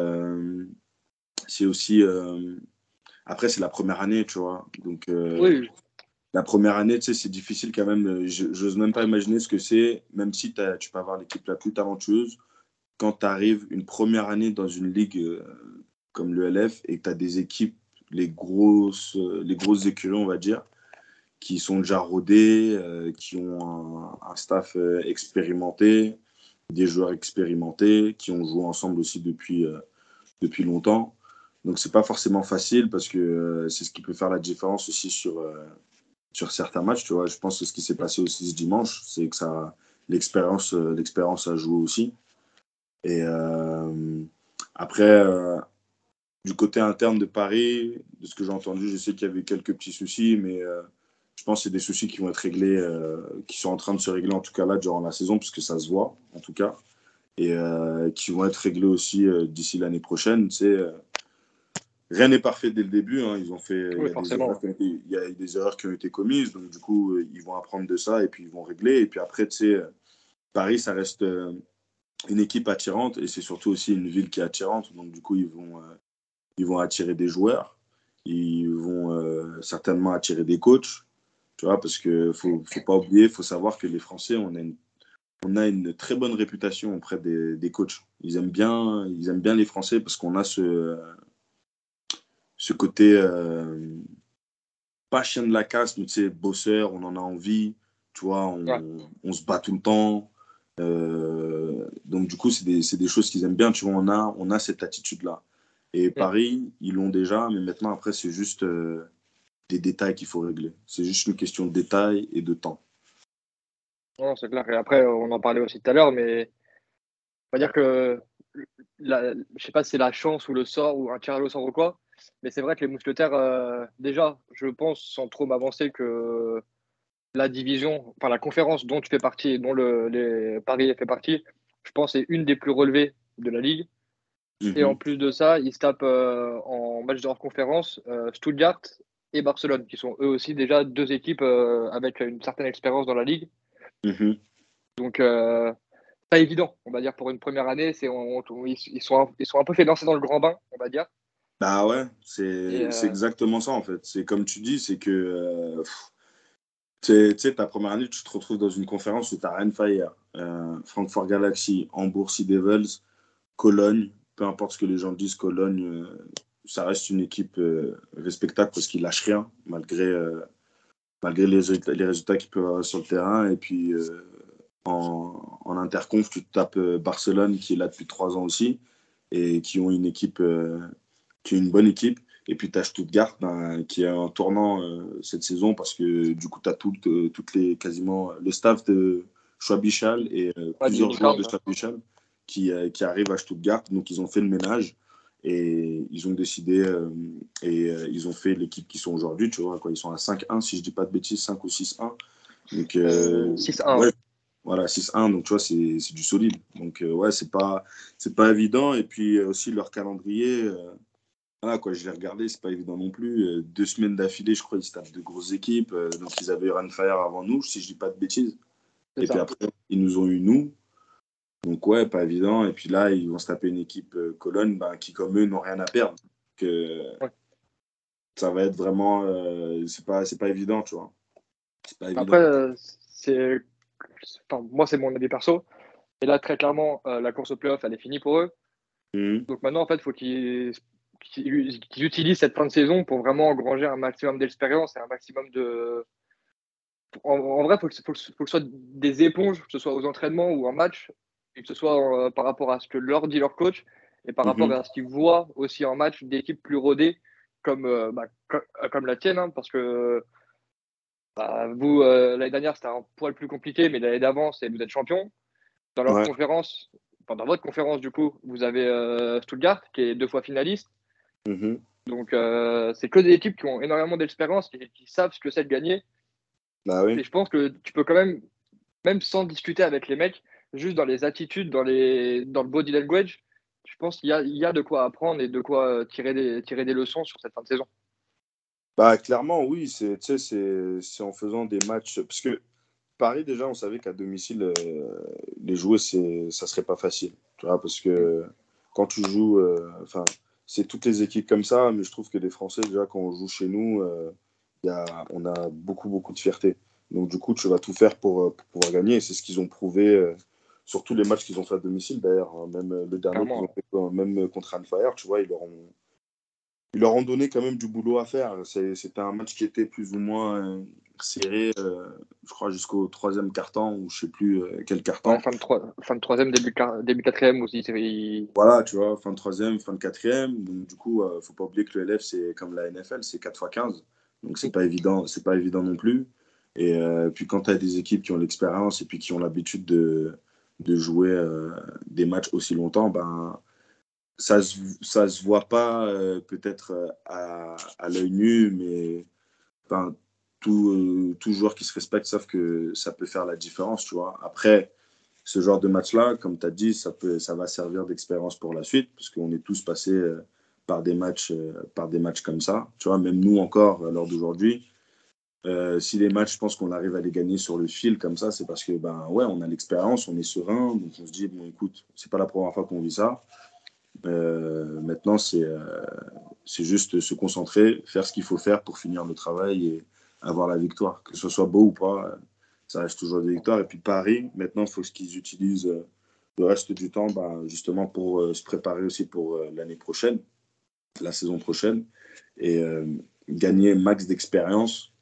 [SPEAKER 4] c'est aussi. Après, c'est la première année, tu vois. Donc,
[SPEAKER 3] Oui,
[SPEAKER 4] la première année, tu sais, c'est difficile quand même. J'ose même pas imaginer ce que c'est, même si tu peux avoir l'équipe la plus talentueuse. Quand tu arrives une première année dans une ligue comme le LF et que tu as des équipes, les grosses écuries, on va dire, qui sont déjà rodées, qui ont un staff expérimenté, des joueurs expérimentés, qui ont joué ensemble aussi depuis longtemps. Donc, c'est pas forcément facile parce que c'est ce qui peut faire la différence aussi sur certains matchs. Tu vois, je pense que ce qui s'est passé aussi ce dimanche, c'est que l'expérience a joué aussi. Et après, du côté interne de Paris, de ce que j'ai entendu, je sais qu'il y avait quelques petits soucis, mais je pense que c'est des soucis qui vont être réglés, qui sont en train de se régler en tout cas là durant la saison, puisque ça se voit en tout cas, et qui vont être réglés aussi d'ici l'année prochaine. Tu sais, rien n'est parfait dès le début. Hein.
[SPEAKER 3] oui, forcément.
[SPEAKER 4] Il y a des erreurs qui ont été commises, donc du coup, ils vont apprendre de ça et puis ils vont régler. Et puis après, tu sais, Paris, ça reste une équipe attirante et c'est surtout aussi une ville qui est attirante. Donc du coup, ils vont attirer des joueurs, ils vont certainement attirer des coachs, tu vois, parce que faut pas oublier, faut savoir que les Français, on a une très bonne réputation auprès des coachs. Ils aiment bien les Français parce qu'on a ce côté pas chien de la casse, mais tu sais, bosseur, on en a envie, tu vois,
[SPEAKER 3] Ouais.
[SPEAKER 4] on se bat tout le temps. Donc, du coup, c'est des choses qu'ils aiment bien, tu vois, on a cette attitude-là. Et
[SPEAKER 3] Mm.
[SPEAKER 4] Paris, ils l'ont déjà, mais maintenant, après, c'est juste des détails qu'il faut régler. C'est juste une question de détails et de temps.
[SPEAKER 3] Non, c'est clair. Et après, on en parlait aussi tout à l'heure, mais on va dire que je sais pas si c'est la chance ou le sort ou un tirage au sort ou quoi, mais c'est vrai que les Mousquetaires, déjà, je pense, sans trop m'avancer, que la division, enfin la conférence dont tu fais partie et dont Paris fait partie, je pense, est une des plus relevées de la Ligue. Et en
[SPEAKER 4] Mhm,
[SPEAKER 3] plus de ça, ils se tapent en match de hors conférence Stuttgart et Barcelone, qui sont eux aussi déjà deux équipes avec une certaine expérience dans la Ligue.
[SPEAKER 4] mhm.
[SPEAKER 3] Donc, pas évident, on va dire, pour une première année. Ils sont un peu fait lancer dans le grand bain, on va dire.
[SPEAKER 4] Bah ouais,
[SPEAKER 3] Et
[SPEAKER 4] c'est exactement ça en fait. C'est comme tu dis, c'est que tu sais, ta première année, tu te retrouves dans une conférence où tu n'as rien fait hier. Francfort Galaxy, Hambourg Sea Devils, Cologne, peu importe ce que les gens disent, Cologne, ça reste une équipe respectable parce qu'ils lâchent rien, malgré les résultats qu'ils peuvent avoir sur le terrain. Et puis en interconf, tu te tapes Barcelone qui est là depuis 3 ans aussi et qui ont une équipe qui est une bonne équipe. Et puis tu as Stuttgart qui est en tournant cette saison parce que du coup tu as quasiment le staff de Schwäbisch et
[SPEAKER 3] ouais, du
[SPEAKER 4] plusieurs joueurs
[SPEAKER 3] Unicorn,
[SPEAKER 4] de
[SPEAKER 3] quoi.
[SPEAKER 4] Schwäbisch qui arrivent à Stuttgart. Donc ils ont fait le ménage et ils ont décidé ils ont fait l'équipe qu'ils sont aujourd'hui. Tu vois, quoi, ils sont à 5-1 si je dis pas de bêtises, 5 ou 6-1. Donc
[SPEAKER 3] 6-1.
[SPEAKER 4] ouais, voilà, 6-1, donc tu vois, c'est du solide. Donc ouais, c'est pas évident. Et puis aussi leur calendrier. Voilà, quoi, je l'ai regardé, c'est pas évident non plus. 2 semaines d'affilée, je crois, ils se tapent de grosses équipes. Donc, ils avaient Runfire avant nous, si je dis pas de bêtises.
[SPEAKER 3] C'est
[SPEAKER 4] Et puis
[SPEAKER 3] ça.
[SPEAKER 4] après, ils nous ont eu nous. Donc, ouais, pas évident. Et puis là, ils vont se taper une équipe Cologne qui, comme eux, n'ont rien à perdre. Que
[SPEAKER 3] Ouais.
[SPEAKER 4] ça va être vraiment. C'est pas évident, tu vois. C'est pas
[SPEAKER 3] Après,
[SPEAKER 4] évident.
[SPEAKER 3] moi, c'est mon avis perso. Et là, très clairement, la course au playoff, elle est finie pour eux.
[SPEAKER 4] Mhm.
[SPEAKER 3] Donc maintenant, en fait, il faut qu'ils utilisent cette fin de saison pour vraiment engranger un maximum d'expérience et un maximum de. En vrai, faut que ce soit des éponges, que ce soit aux entraînements ou en match, et que ce soit par rapport à ce que leur dit leur coach et par rapport
[SPEAKER 4] Mhm.
[SPEAKER 3] à ce qu'ils voient aussi en match d'équipes plus rodées comme la tienne, hein, parce que vous, l'année dernière, c'était un poil plus compliqué, mais l'année d'avant, vous êtes champion. Dans leur
[SPEAKER 4] Ouais.
[SPEAKER 3] conférence, enfin, dans votre conférence, du coup, vous avez Stuttgart, qui est 2 fois finaliste.
[SPEAKER 4] Mhm.
[SPEAKER 3] Donc, c'est que des équipes qui ont énormément d'expérience, qui savent ce que c'est de gagner.
[SPEAKER 4] Bah oui.
[SPEAKER 3] Et je pense que tu peux quand même sans discuter avec les mecs, juste dans les attitudes, dans le body language, je pense qu'il y a de quoi apprendre et de quoi tirer des leçons sur cette fin de saison.
[SPEAKER 4] Bah, clairement, oui. Tu sais, c'est en faisant des matchs. Parce que Paris, déjà, on savait qu'à domicile, les jouer, ça serait pas facile. Tu vois, parce que quand tu joues, enfin, c'est toutes les équipes comme ça, mais je trouve que les Français, déjà, quand on joue chez nous, on a beaucoup, beaucoup de fierté. Donc, du coup, tu vas tout faire pour pouvoir gagner. Et c'est ce qu'ils ont prouvé sur tous les matchs qu'ils ont fait à domicile. D'ailleurs, hein, même le dernier qu'ils ont
[SPEAKER 3] Clairement.
[SPEAKER 4] fait, même contre Anfire, tu vois, ils leur ont donné quand même du boulot à faire. C'était un match qui était plus ou moins serré, je crois, jusqu'au troisième quart-temps, ou je sais plus quel
[SPEAKER 3] Ouais,
[SPEAKER 4] quart-temps.
[SPEAKER 3] fin de troisième, début quatrième aussi.
[SPEAKER 4] Voilà, tu vois, fin de troisième, fin de quatrième. Donc, du coup, faut pas oublier que le LF, c'est comme la NFL, c'est 4 fois 15. Donc, c'est pas évident non plus. Et puis, quand tu as des équipes qui ont l'expérience et puis qui ont l'habitude de jouer des matchs aussi longtemps, ben, ça se voit pas peut-être à l'œil nu, mais enfin, tout joueur qui se respecte savent que ça peut faire la différence, tu vois. Après, ce genre de match-là, comme tu as dit, ça va servir d'expérience pour la suite, parce qu'on est tous passés par des matchs comme ça. Tu vois, même nous encore, à l'heure d'aujourd'hui, si les matchs, je pense qu'on arrive à les gagner sur le fil comme ça, c'est parce que, ben ouais, on a l'expérience, on est serein, donc on se dit, bon, écoute, c'est pas la première fois qu'on vit ça. Maintenant, c'est juste se concentrer, faire ce qu'il faut faire pour finir le travail et avoir la victoire. Que ce soit beau ou pas, ça reste toujours des victoires. Et puis Paris, maintenant, il faut qu'ils utilisent le reste du temps justement pour se préparer aussi pour l'année prochaine, la saison prochaine, et gagner max d'expérience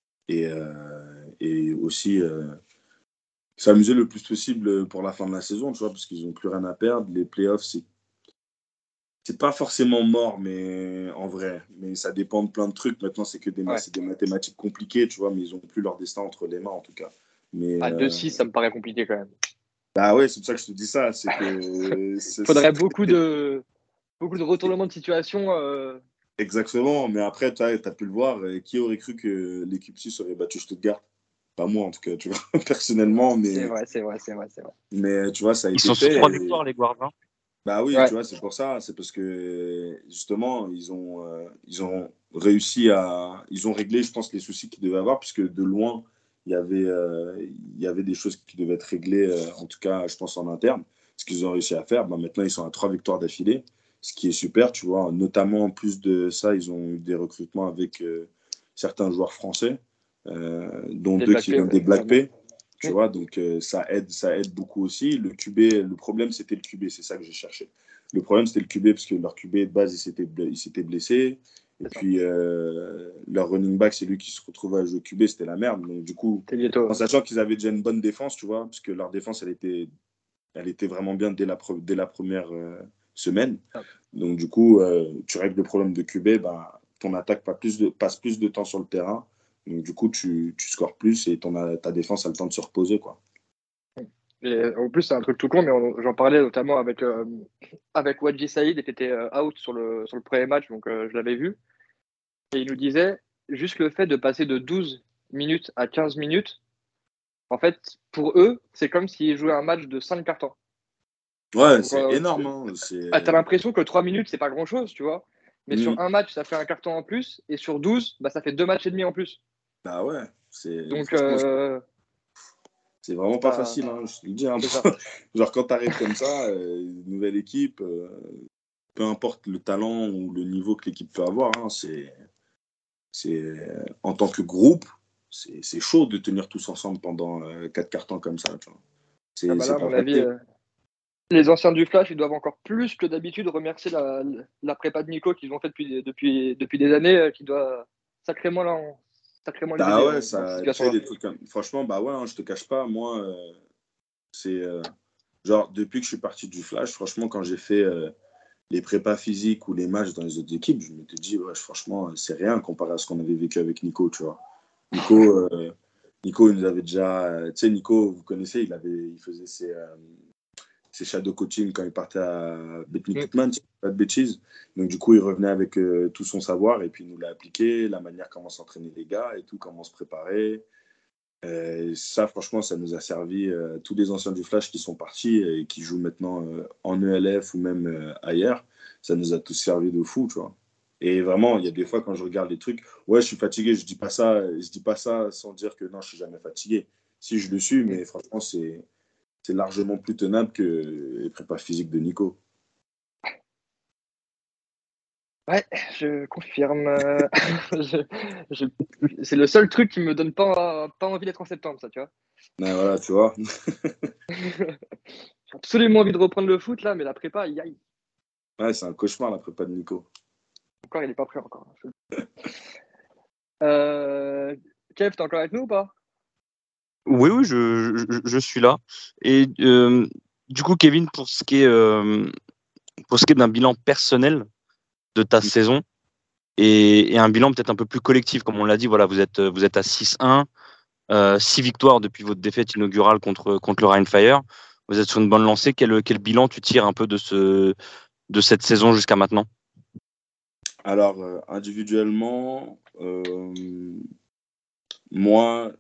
[SPEAKER 4] et aussi s'amuser le plus possible pour la fin de la saison, tu vois, parce qu'ils n'ont plus rien à perdre. Les playoffs, c'est pas forcément mort, mais en vrai. Mais ça dépend de plein de trucs. Maintenant,
[SPEAKER 3] Ouais.
[SPEAKER 4] c'est des mathématiques compliquées, tu vois, mais ils ont plus leur destin entre les mains, en tout cas. Mais
[SPEAKER 3] À 2-6, ça me paraît compliqué quand même.
[SPEAKER 4] bah ouais, c'est pour ça que je te dis ça. C'est que
[SPEAKER 3] Faudrait beaucoup de retournements de situation.
[SPEAKER 4] exactement. Mais après, tu as pu le voir. Qui aurait cru que l'équipe suisse aurait battu Stuttgart? Pas moi, en tout cas, tu vois, personnellement.
[SPEAKER 3] C'est vrai, c'est vrai, c'est vrai, c'est vrai.
[SPEAKER 4] Mais tu vois, ça a
[SPEAKER 2] Ils
[SPEAKER 4] été
[SPEAKER 2] sont sur
[SPEAKER 4] fait.
[SPEAKER 2] 3 victoires, les Guardians.
[SPEAKER 4] Bah oui, tu
[SPEAKER 3] Ouais,
[SPEAKER 4] vois, c'est pour ça. C'est parce que justement, ils ont réussi à. Ils ont réglé, je pense, les soucis qu'ils devaient avoir, puisque de loin, il y avait des choses qui devaient être réglées, en tout cas, je pense, en interne. Ce qu'ils ont réussi à faire, bah, maintenant, ils sont à 3 victoires d'affilée, ce qui est super, tu vois. Notamment, en plus de ça, ils ont eu des recrutements avec certains joueurs français, dont
[SPEAKER 3] des
[SPEAKER 4] 2 qui
[SPEAKER 3] Black P,
[SPEAKER 4] viennent des
[SPEAKER 3] ouais,
[SPEAKER 4] Black
[SPEAKER 3] notamment.
[SPEAKER 4] P. Tu vois, donc ça aide beaucoup aussi. Le QB, le problème, c'était le QB, c'est ça que j'ai cherché. Le problème, c'était le QB, parce que leur QB de base, il s'était blessé. Et
[SPEAKER 3] C'est ça.
[SPEAKER 4] puis, leur running back, c'est lui qui se retrouve à jouer QB, c'était la merde. Donc, du coup,
[SPEAKER 3] C'est bientôt.
[SPEAKER 4] en sachant qu'ils avaient déjà une bonne défense, tu vois, parce que leur défense, elle était vraiment bien dès la première semaine. Donc, du coup, tu règles le problème de QB, bah, ton attaque passe plus de temps sur le terrain. Donc, du coup, tu scores plus et ta défense a le temps de se reposer, quoi.
[SPEAKER 3] Et en plus, c'est un truc tout con, mais j'en parlais notamment avec Wadji Saïd, qui était out sur le premier match, donc je l'avais vu. Et il nous disait, juste le fait de passer de 12 minutes à 15 minutes, en fait, pour eux, c'est comme s'ils jouaient un match de 5 cartons.
[SPEAKER 4] Ouais,
[SPEAKER 3] Donc,
[SPEAKER 4] c'est énorme. Hein.
[SPEAKER 3] t'as l'impression que 3 minutes, c'est pas grand-chose, tu vois. Mais sur un match, ça fait un carton en plus. Et sur 12, ça fait 2 matchs et demi en plus.
[SPEAKER 4] Bah ouais,
[SPEAKER 3] Donc,
[SPEAKER 4] franchement, c'est vraiment pas facile, hein, je te le dis. Hein.
[SPEAKER 3] c'est ça.
[SPEAKER 4] Genre, quand tu arrives comme ça, nouvelle équipe, peu importe le talent ou le niveau que l'équipe peut avoir, hein, en tant que groupe, c'est chaud de tenir tous ensemble pendant 4 cartons comme ça. Tu vois.
[SPEAKER 3] Là,
[SPEAKER 4] C'est
[SPEAKER 3] à
[SPEAKER 4] pas
[SPEAKER 3] mon avis,
[SPEAKER 4] facile.
[SPEAKER 3] les anciens du Flash, ils doivent encore plus que d'habitude remercier la prépa de Nico qu'ils ont fait depuis des années, qui doit sacrément, sacrément les
[SPEAKER 4] Bah
[SPEAKER 3] aider
[SPEAKER 4] ouais,
[SPEAKER 3] dans cette
[SPEAKER 4] ça, tu sais,
[SPEAKER 3] situation-là.
[SPEAKER 4] des trucs comme... Franchement, bah ouais, hein, je te cache pas, moi, c'est... genre, depuis que je suis parti du Flash, franchement, quand j'ai fait les prépas physiques ou les matchs dans les autres équipes, je m'étais dit, ouais, franchement, c'est rien comparé à ce qu'on avait vécu avec Nico, tu vois. Nico, il nous avait déjà... tu sais, Nico, vous connaissez, il faisait ses shadow coaching quand il partait à Bethany Cookman, si je dis pas de bêtises. Donc, du coup, il revenait avec tout son savoir et puis il nous l'a appliqué, la manière comment s'entraîner les gars et tout, comment se préparer. Ça, franchement, ça nous a servi. Tous les anciens du Flash qui sont partis et qui jouent maintenant en ELF ou même ailleurs, ça nous a tous servi de fou, tu vois. Et vraiment, il y a des fois quand je regarde les trucs, ouais, je suis fatigué, je dis pas ça sans dire que non, je suis jamais fatigué. Si je le suis, mais franchement, c'est largement plus tenable que les prépas physiques de Nico.
[SPEAKER 3] Ouais, je confirme. Je- c'est le seul truc qui me donne pas envie d'être en septembre, ça, tu vois.
[SPEAKER 4] Mais voilà, tu vois.
[SPEAKER 3] J'ai absolument envie de reprendre le foot, là, mais la prépa, aïe, aïe.
[SPEAKER 4] Ouais, c'est un cauchemar la prépa de Nico.
[SPEAKER 3] Encore, il est pas prêt encore. Euh... Kev, t'es encore avec nous ou pas?
[SPEAKER 2] Oui, oui, je suis là. Et du coup, Kevin, pour ce qui est d'un bilan personnel de ta saison et un bilan peut-être un peu plus collectif, comme on l'a dit, voilà, vous êtes à 6-1, 6 victoires depuis votre défaite inaugurale contre le Rhein Fire. Vous êtes sur une bonne lancée. Quel bilan tu tires un peu de cette saison jusqu'à maintenant?
[SPEAKER 4] Alors, individuellement, moi,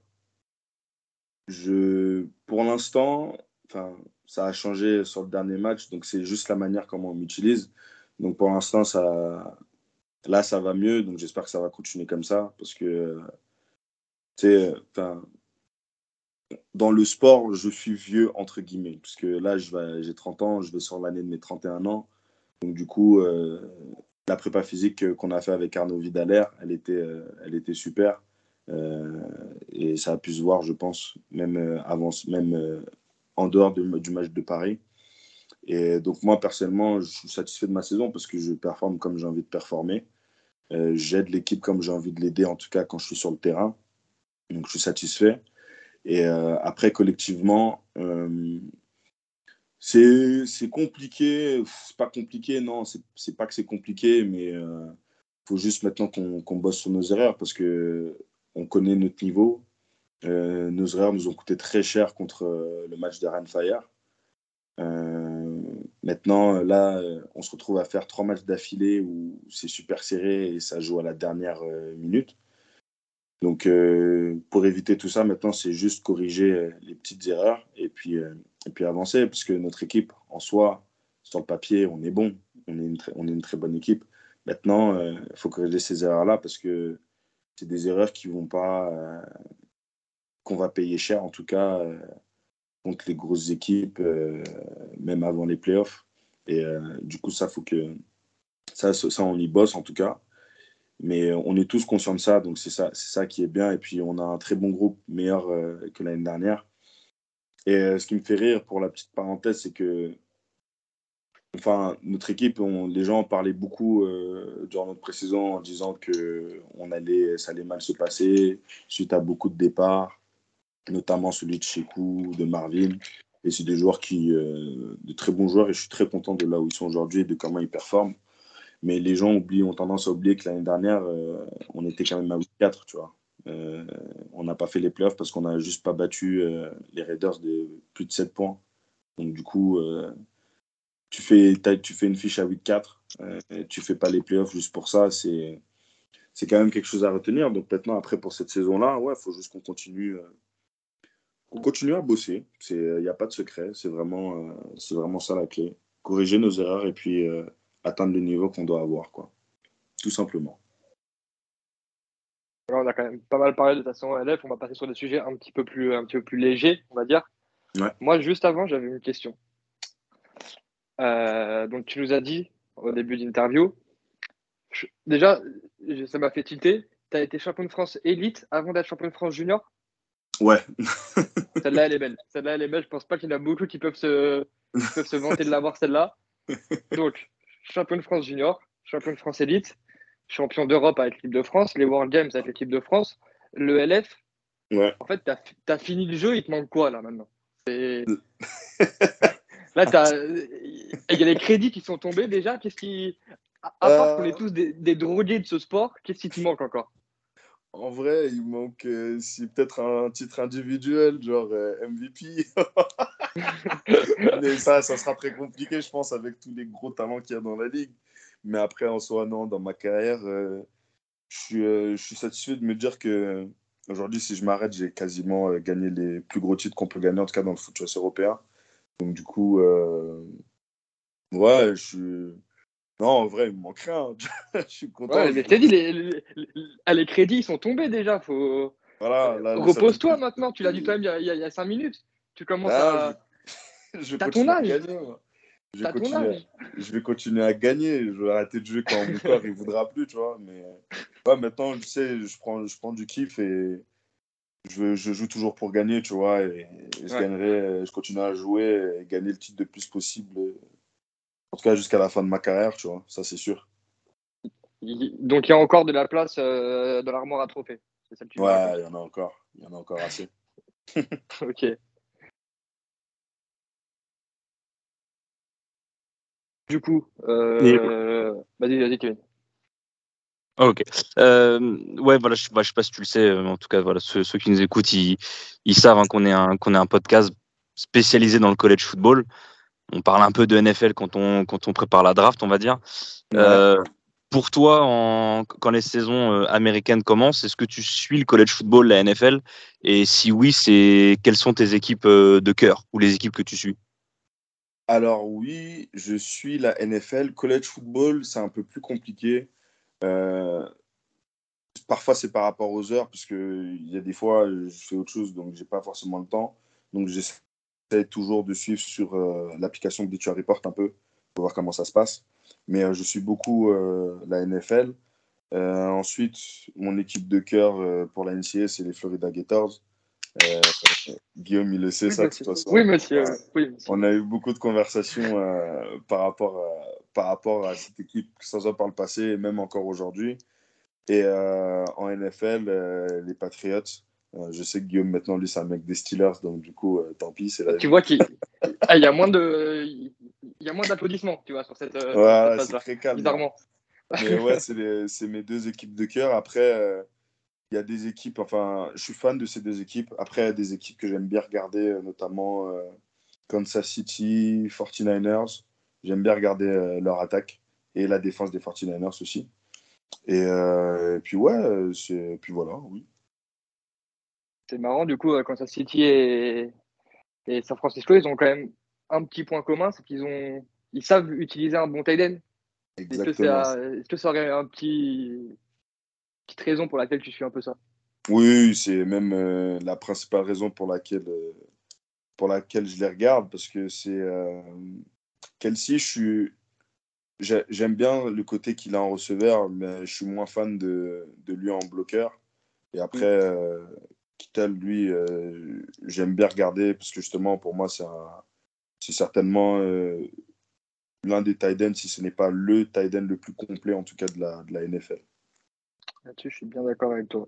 [SPEAKER 4] pour l'instant, enfin, ça a changé sur le dernier match, donc c'est juste la manière comment on m'utilise. Donc pour l'instant, là, ça va mieux, donc j'espère que ça va continuer comme ça, parce que, tu sais, enfin, dans le sport, je suis vieux, entre guillemets, parce que là, j'ai 30 ans, je vais sur l'année de mes 31 ans. Donc, du coup, la prépa physique qu'on a fait avec Arnaud Vidaler, elle était super. Et ça a pu se voir, je pense, même en dehors du match de Paris. Et donc, moi, personnellement, je suis satisfait de ma saison parce que je performe comme j'ai envie de performer. J'aide l'équipe comme j'ai envie de l'aider, en tout cas quand je suis sur le terrain. Donc, je suis satisfait. Et après, collectivement, c'est compliqué. C'est pas compliqué, non. C'est pas que c'est compliqué, mais faut juste maintenant qu'on bosse sur nos erreurs parce que on connaît notre niveau. Nos erreurs nous ont coûté très cher contre le match de Fire. Maintenant, là, on se retrouve à faire 3 matchs d'affilée où c'est super serré et ça joue à la dernière minute. Donc, pour éviter tout ça, maintenant, c'est juste corriger les petites erreurs et puis avancer, parce que notre équipe, en soi, sur le papier, on est bon. On est une très bonne équipe. Maintenant, il faut corriger ces erreurs-là, parce que c'est des erreurs qui vont pas, qu'on va payer cher, en tout cas, contre les grosses équipes, même avant les playoffs. Et du coup, ça, on y bosse, en tout cas. Mais on est tous conscients de ça, donc c'est ça qui est bien. Et puis on a un très bon groupe, meilleur que l'année dernière. Et ce qui me fait rire, pour la petite parenthèse, c'est que enfin, notre équipe, les gens parlaient beaucoup durant notre pré-saison en disant que ça allait mal se passer suite à beaucoup de départs, notamment celui de Shekou, de Marvin. Et c'est des joueurs de très bons joueurs, et je suis très content de là où ils sont aujourd'hui et de comment ils performent. Mais les gens ont tendance à oublier que l'année dernière, on était quand même à 8-4, tu vois. On n'a pas fait les playoffs parce qu'on n'a juste pas battu les Raiders de plus de 7 points. Donc, du coup, tu fais une fiche à 8-4, tu fais pas les playoffs juste pour ça. C'est quand même quelque chose à retenir. Donc, maintenant, après, pour cette saison-là, ouais, il faut juste qu'on continue à bosser. Il n'y a pas de secret. C'est vraiment ça la clé. Corriger nos erreurs et puis atteindre le niveau qu'on doit avoir, quoi. tout simplement.
[SPEAKER 3] Là, on a quand même pas mal parlé de toute façon LF. On va passer sur des sujets un petit peu plus légers, on va dire.
[SPEAKER 4] Ouais.
[SPEAKER 3] Moi, juste avant, j'avais une question. Donc, tu nous as dit au début d'interview, déjà, ça m'a fait tilter. Tu as été champion de France élite avant d'être champion de France junior.
[SPEAKER 4] Ouais.
[SPEAKER 3] Celle-là, elle est belle. Celle-là, elle est belle. Je pense pas qu'il y en a beaucoup qui peuvent se vanter de l'avoir, celle-là. Donc, champion de France junior, champion de France élite, champion d'Europe avec l'équipe de France, les World Games avec l'équipe de France, le LF.
[SPEAKER 4] Ouais.
[SPEAKER 3] En fait, tu as fini le jeu, il te manque quoi là maintenant? Là, il y a les crédits qui sont tombés déjà. Qu'est-ce qui, à part qu'on est tous des drogués de ce sport, qu'est-ce qui te manque encore?
[SPEAKER 4] En vrai, il manque c'est peut-être un titre individuel, genre MVP. Mais ça sera très compliqué, je pense, avec tous les gros talents qu'il y a dans la ligue. Mais après, en soi, non, dans ma carrière, je suis satisfait de me dire que aujourd'hui, si je m'arrête, j'ai quasiment gagné les plus gros titres qu'on peut gagner, en tout cas dans le foot européen. Donc, du coup, ouais, non, en vrai, il me manque rien. Je suis content.
[SPEAKER 3] Ouais, mais je t'ai dit, les crédits, ils sont tombés déjà.
[SPEAKER 4] Voilà, là, le seul truc
[SPEAKER 3] Repose-toi
[SPEAKER 4] que
[SPEAKER 3] maintenant. Tu l'as dit toi-même il y a 5 minutes. Tu commences
[SPEAKER 4] là,
[SPEAKER 3] à.
[SPEAKER 4] je vais
[SPEAKER 3] T'as ton
[SPEAKER 4] continuer à
[SPEAKER 3] âge.
[SPEAKER 4] gagner, moi.
[SPEAKER 3] T'as ton âge.
[SPEAKER 4] Je vais continuer à gagner. Je vais arrêter de jouer quand mon corps il voudra plus, tu vois. Mais ouais, maintenant, tu sais, je prends du kiff et je joue toujours pour gagner, tu vois. Et je
[SPEAKER 3] Ouais.
[SPEAKER 4] gagnerai, je continue à jouer et gagner le titre le plus possible. En tout cas, jusqu'à la fin de ma carrière, tu vois. Ça, c'est sûr.
[SPEAKER 3] Donc, il y a encore de la place dans l'armoire à trophées. C'est ça que tu me
[SPEAKER 4] Ouais,
[SPEAKER 3] racontes.
[SPEAKER 4] il y en a encore. Il y en a encore assez.
[SPEAKER 3] Ok. Du coup,
[SPEAKER 2] Et-
[SPEAKER 3] vas-y, Kevin.
[SPEAKER 2] Ok. Ouais, voilà, je sais pas si tu le sais, mais en tout cas, voilà, ceux qui nous écoutent, ils savent hein, qu'on est un podcast spécialisé dans le college football. On parle un peu de NFL quand on prépare la draft, on va dire.
[SPEAKER 4] Ouais.
[SPEAKER 2] Pour toi, quand les saisons américaines commencent, est-ce que tu suis le college football, la NFL? Et si oui, quelles sont tes équipes de cœur ou les équipes que tu suis?
[SPEAKER 4] Alors oui, je suis la NFL. College football, c'est un peu plus compliqué. Euh, Parfois, c'est par rapport aux heures, parce qu'il y a des fois, je fais autre chose, donc j'ai pas forcément le temps. Donc j'essaie toujours de suivre sur l'application Bleacher Report un peu, pour voir comment ça se passe. Mais je suis beaucoup la NFL. Ensuite, mon équipe de cœur pour la NCAA, c'est les Florida Gators. Euh, Guillaume, il le sait,
[SPEAKER 3] Oui,
[SPEAKER 4] ça, de toute
[SPEAKER 3] monsieur.
[SPEAKER 4] façon.
[SPEAKER 3] Oui, monsieur.
[SPEAKER 4] Ouais.
[SPEAKER 3] Oui, monsieur.
[SPEAKER 4] On a eu beaucoup de conversations par rapport à cette équipe, que ce soit par le passé et même encore aujourd'hui. Et en NFL, les Patriots. Je sais que Guillaume, maintenant, lui, c'est un mec des Steelers, donc du coup, tant pis, c'est la
[SPEAKER 3] Tu
[SPEAKER 4] vie.
[SPEAKER 3] vois il y a moins d'applaudissements, tu vois, sur cette
[SPEAKER 4] Voilà, c'est
[SPEAKER 3] phase-là,
[SPEAKER 4] très calme là.
[SPEAKER 3] bizarrement.
[SPEAKER 4] Mais ouais, c'est mes deux équipes de cœur. Après, il y a des équipes, enfin, je suis fan de ces deux équipes. Après, il y a des équipes que j'aime bien regarder, notamment Kansas City, 49ers. J'aime bien regarder leur attaque et la défense des 49ers aussi. Et puis ouais, puis voilà, oui.
[SPEAKER 3] C'est marrant, du coup, Kansas City et San Francisco, ils ont quand même un petit point commun, c'est ils savent utiliser un bon tight end.
[SPEAKER 4] Exactement.
[SPEAKER 3] Est-ce que ça aurait un petite raison pour laquelle tu suis un peu ça?
[SPEAKER 4] Oui, c'est même la principale raison pour laquelle je les regarde, parce que c'est Kelsey, j'aime bien le côté qu'il a en receveur, mais je suis moins fan de lui en bloqueur. Et après, Kittle, lui, j'aime bien regarder, parce que justement, pour moi, c'est certainement l'un des tight ends, si ce n'est pas le tight end le plus complet, en tout cas, de la NFL.
[SPEAKER 3] Là-dessus, je suis bien d'accord avec toi.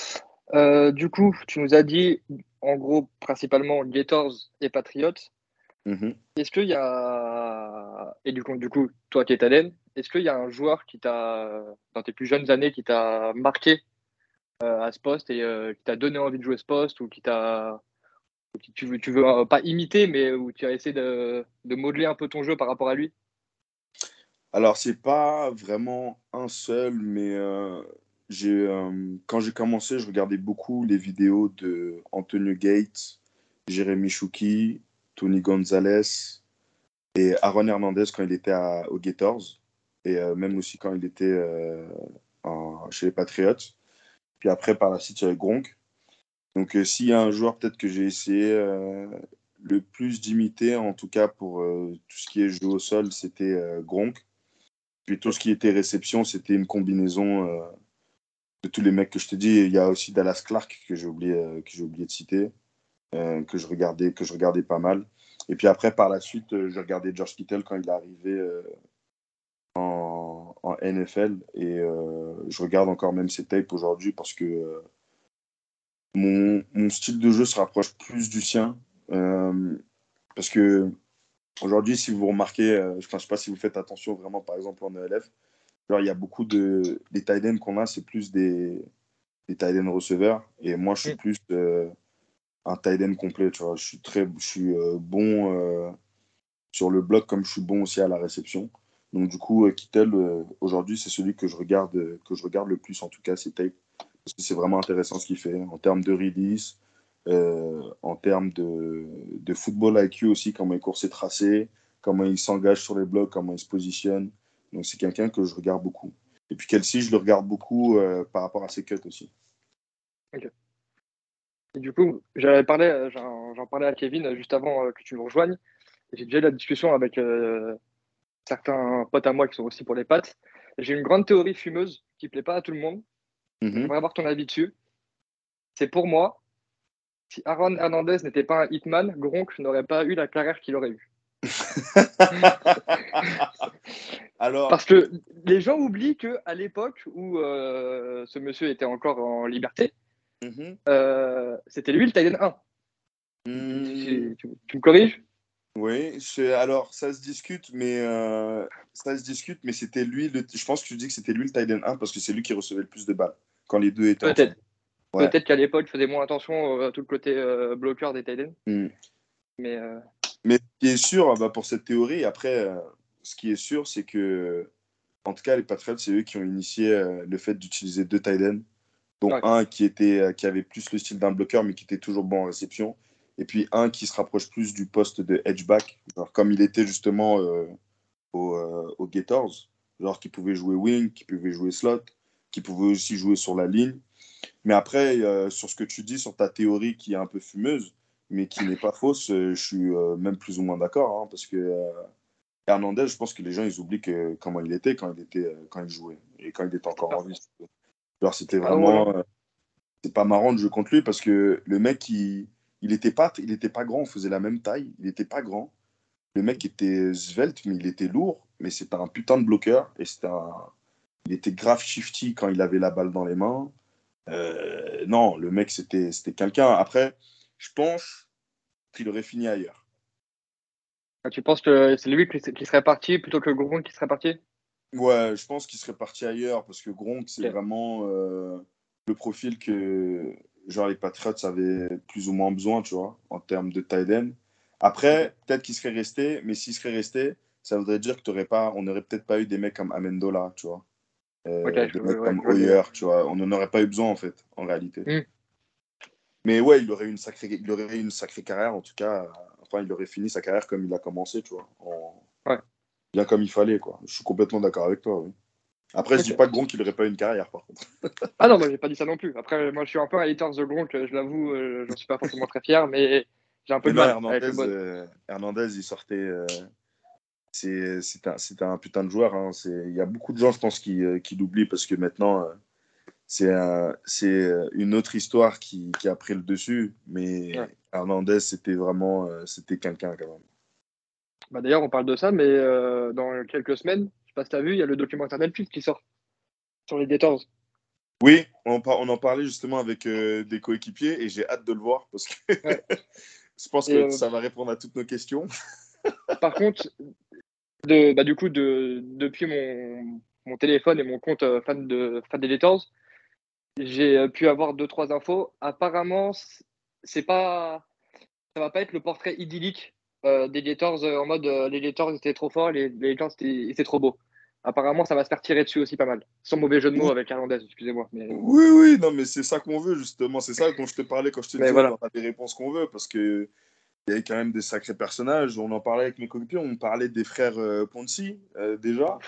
[SPEAKER 3] Du coup, tu nous as dit, en gros, principalement Gators et Patriots.
[SPEAKER 4] Mhm.
[SPEAKER 3] Est-ce qu'il y a. Et du coup, toi qui es Talen, est-ce qu'il y a un joueur dans tes plus jeunes années, qui t'a marqué à ce poste et qui t'a donné envie de jouer ce poste ou qui tu veux pas imiter, mais où tu as essayé de modeler un peu ton jeu par rapport à lui?
[SPEAKER 4] Alors, c'est pas vraiment un seul, mais quand j'ai commencé, je regardais beaucoup les vidéos de Antonio Gates, Jérémy Chouki, Tony Gonzalez et Aaron Hernandez quand il était aux Gators. et même aussi quand il était chez les Patriots. Puis après, par la suite, il y avait Gronk. Donc, s'il y a un joueur peut-être que j'ai essayé le plus d'imiter, en tout cas pour tout ce qui est jeu au sol, c'était Gronk. Puis tout ce qui était réception, c'était une combinaison de tous les mecs que je te dis. Il y a aussi Dallas Clark que j'ai oublié de citer, que je regardais pas mal. Et puis après, par la suite, j'ai regardé George Kittle quand il est arrivé en NFL. Et je regarde encore même ses tapes aujourd'hui parce que mon style de jeu se rapproche plus du sien. Parce que aujourd'hui, si vous remarquez, je ne sais pas si vous faites attention vraiment, par exemple en ELF, genre, il y a beaucoup des tight ends qu'on a, c'est plus des tight ends receveurs. Et moi, je suis plus un tight end complet. Tu vois. Je suis bon sur le bloc comme je suis bon aussi à la réception. Donc, du coup, Kittel, aujourd'hui, c'est celui que je regarde le plus, en tout cas, ses tapes. Parce que c'est vraiment intéressant ce qu'il fait en termes de release, en termes de football IQ aussi, comment il court ses tracés, comment il s'engage sur les blocs, comment il se positionne. Donc, c'est quelqu'un que je regarde beaucoup. Et puis, Kelsey, je le regarde beaucoup par rapport à ses cuts aussi.
[SPEAKER 3] Ok. Et du coup, j'en parlais à Kevin juste avant que tu nous rejoignes. J'ai déjà eu la discussion avec certains potes à moi qui sont aussi pour les pattes. J'ai une grande théorie fumeuse qui ne plaît pas à tout le monde. J'aimerais avoir ton avis dessus. C'est pour moi, si Aaron Hernandez n'était pas un hitman, Gronk n'aurait pas eu la carrière qu'il aurait eue.
[SPEAKER 4] Alors,
[SPEAKER 3] Parce que les gens oublient qu'à l'époque où ce monsieur était encore en liberté, c'était lui le Titan 1. Tu me corriges?
[SPEAKER 4] Oui, alors ça se discute, mais c'était lui. Je pense que tu dis que c'était lui le tight end 1 parce que c'est lui qui recevait le plus de balles quand les deux étaient ensemble.
[SPEAKER 3] Peut-être.
[SPEAKER 4] Ouais.
[SPEAKER 3] Peut-être qu'à l'époque, il faisait moins attention à tout le côté bloqueur des tight ends. Mais
[SPEAKER 4] ce qui est sûr, pour cette théorie, après, ce qui est sûr, c'est que, en tout cas, les Patriots, c'est eux qui ont initié le fait d'utiliser deux tight ends, dont
[SPEAKER 3] ouais.
[SPEAKER 4] un qui avait plus le style d'un bloqueur, mais qui était toujours bon en réception, et puis un qui se rapproche plus du poste de edgeback, genre comme il était justement aux Gators, genre qui pouvait jouer wing, qui pouvait jouer slot, qui pouvait aussi jouer sur la ligne. Mais après, sur ce que tu dis, sur ta théorie qui est un peu fumeuse, mais qui n'est pas fausse, je suis même plus ou moins d'accord, hein, parce que Hernandez, je pense que les gens ils oublient comment il était quand il jouait et quand il était encore en vie. Genre, c'était vraiment, c'est pas marrant de jouer contre lui parce que le mec il était pas grand, on faisait la même taille, il était pas grand. Le mec était svelte, mais il était lourd, mais c'était un putain de bloqueur et il était grave shifty quand il avait la balle dans les mains. Non, le mec, c'était quelqu'un. Après, je pense qu'il aurait fini ailleurs.
[SPEAKER 3] Tu penses que c'est lui qui serait parti plutôt que Gronk qui serait parti?
[SPEAKER 4] Ouais, je pense qu'il serait parti ailleurs parce que Gronk, c'est
[SPEAKER 3] Ok.
[SPEAKER 4] vraiment le profil que genre les Patriots avaient plus ou moins besoin, tu vois, en termes de tight end. Après,
[SPEAKER 3] Ok.
[SPEAKER 4] peut-être qu'il serait resté, mais s'il serait resté, ça voudrait dire on n'aurait peut-être pas eu des mecs comme Amendola, tu vois.
[SPEAKER 3] Ok,
[SPEAKER 4] Des mecs
[SPEAKER 3] ouais,
[SPEAKER 4] comme
[SPEAKER 3] je vois
[SPEAKER 4] Hoyer, tu vois. On n'en aurait pas eu besoin, en fait, en réalité.
[SPEAKER 3] Hmm.
[SPEAKER 4] Mais ouais, il aurait eu une sacrée carrière, en tout cas. Enfin, il aurait fini sa carrière comme il a commencé, tu vois.
[SPEAKER 3] Ouais.
[SPEAKER 4] Bien comme il fallait, quoi. Je suis complètement d'accord avec toi, oui. Après, je dis
[SPEAKER 3] Ok.
[SPEAKER 4] pas que Gronk, il aurait pas eu une carrière, par contre.
[SPEAKER 3] Ah non, moi j'ai pas dit ça non plus. Après, moi je suis un peu un hater de Gronk, je l'avoue, j'en suis pas forcément très fier, mais j'ai un peu
[SPEAKER 4] Mais
[SPEAKER 3] de
[SPEAKER 4] non,
[SPEAKER 3] mal avec le bon.
[SPEAKER 4] Hernandez, il sortait. C'était un putain de joueur, hein. Il y a beaucoup de gens, je pense, qui l'oublient parce que maintenant, c'est une autre histoire qui a pris le dessus. Mais
[SPEAKER 3] Ouais.
[SPEAKER 4] Hernandez, c'était vraiment c'était quelqu'un, quand même.
[SPEAKER 3] Bah, d'ailleurs, on parle de ça, mais dans quelques semaines, je sais pas si t'as vu, il y a le documentaire Netflix qui sort sur les Gators.
[SPEAKER 4] Oui, on en parlait justement avec des coéquipiers et j'ai hâte de le voir parce que
[SPEAKER 3] Ouais.
[SPEAKER 4] je pense
[SPEAKER 3] Et
[SPEAKER 4] que ça va répondre à toutes nos questions.
[SPEAKER 3] par contre, du coup, depuis mon téléphone et mon compte fan des Gators, j'ai pu avoir deux, trois infos. Apparemment, c'est pas, ça va pas être le portrait idyllique des Gators en mode les Gators étaient trop forts, les Gators étaient trop beaux. Apparemment, ça va se faire tirer dessus aussi pas mal. Sans mauvais jeu de mots avec Hernandez, excusez-moi.
[SPEAKER 4] Oui, oui, non, mais c'est ça qu'on veut justement. C'est ça dont je te parlais quand je te
[SPEAKER 3] Mais
[SPEAKER 4] disais on
[SPEAKER 3] voilà.
[SPEAKER 4] aura des réponses qu'on veut parce que il y avait quand même des sacrés personnages. On en parlait avec mes coéquipiers, on parlait des frères Ponzi déjà.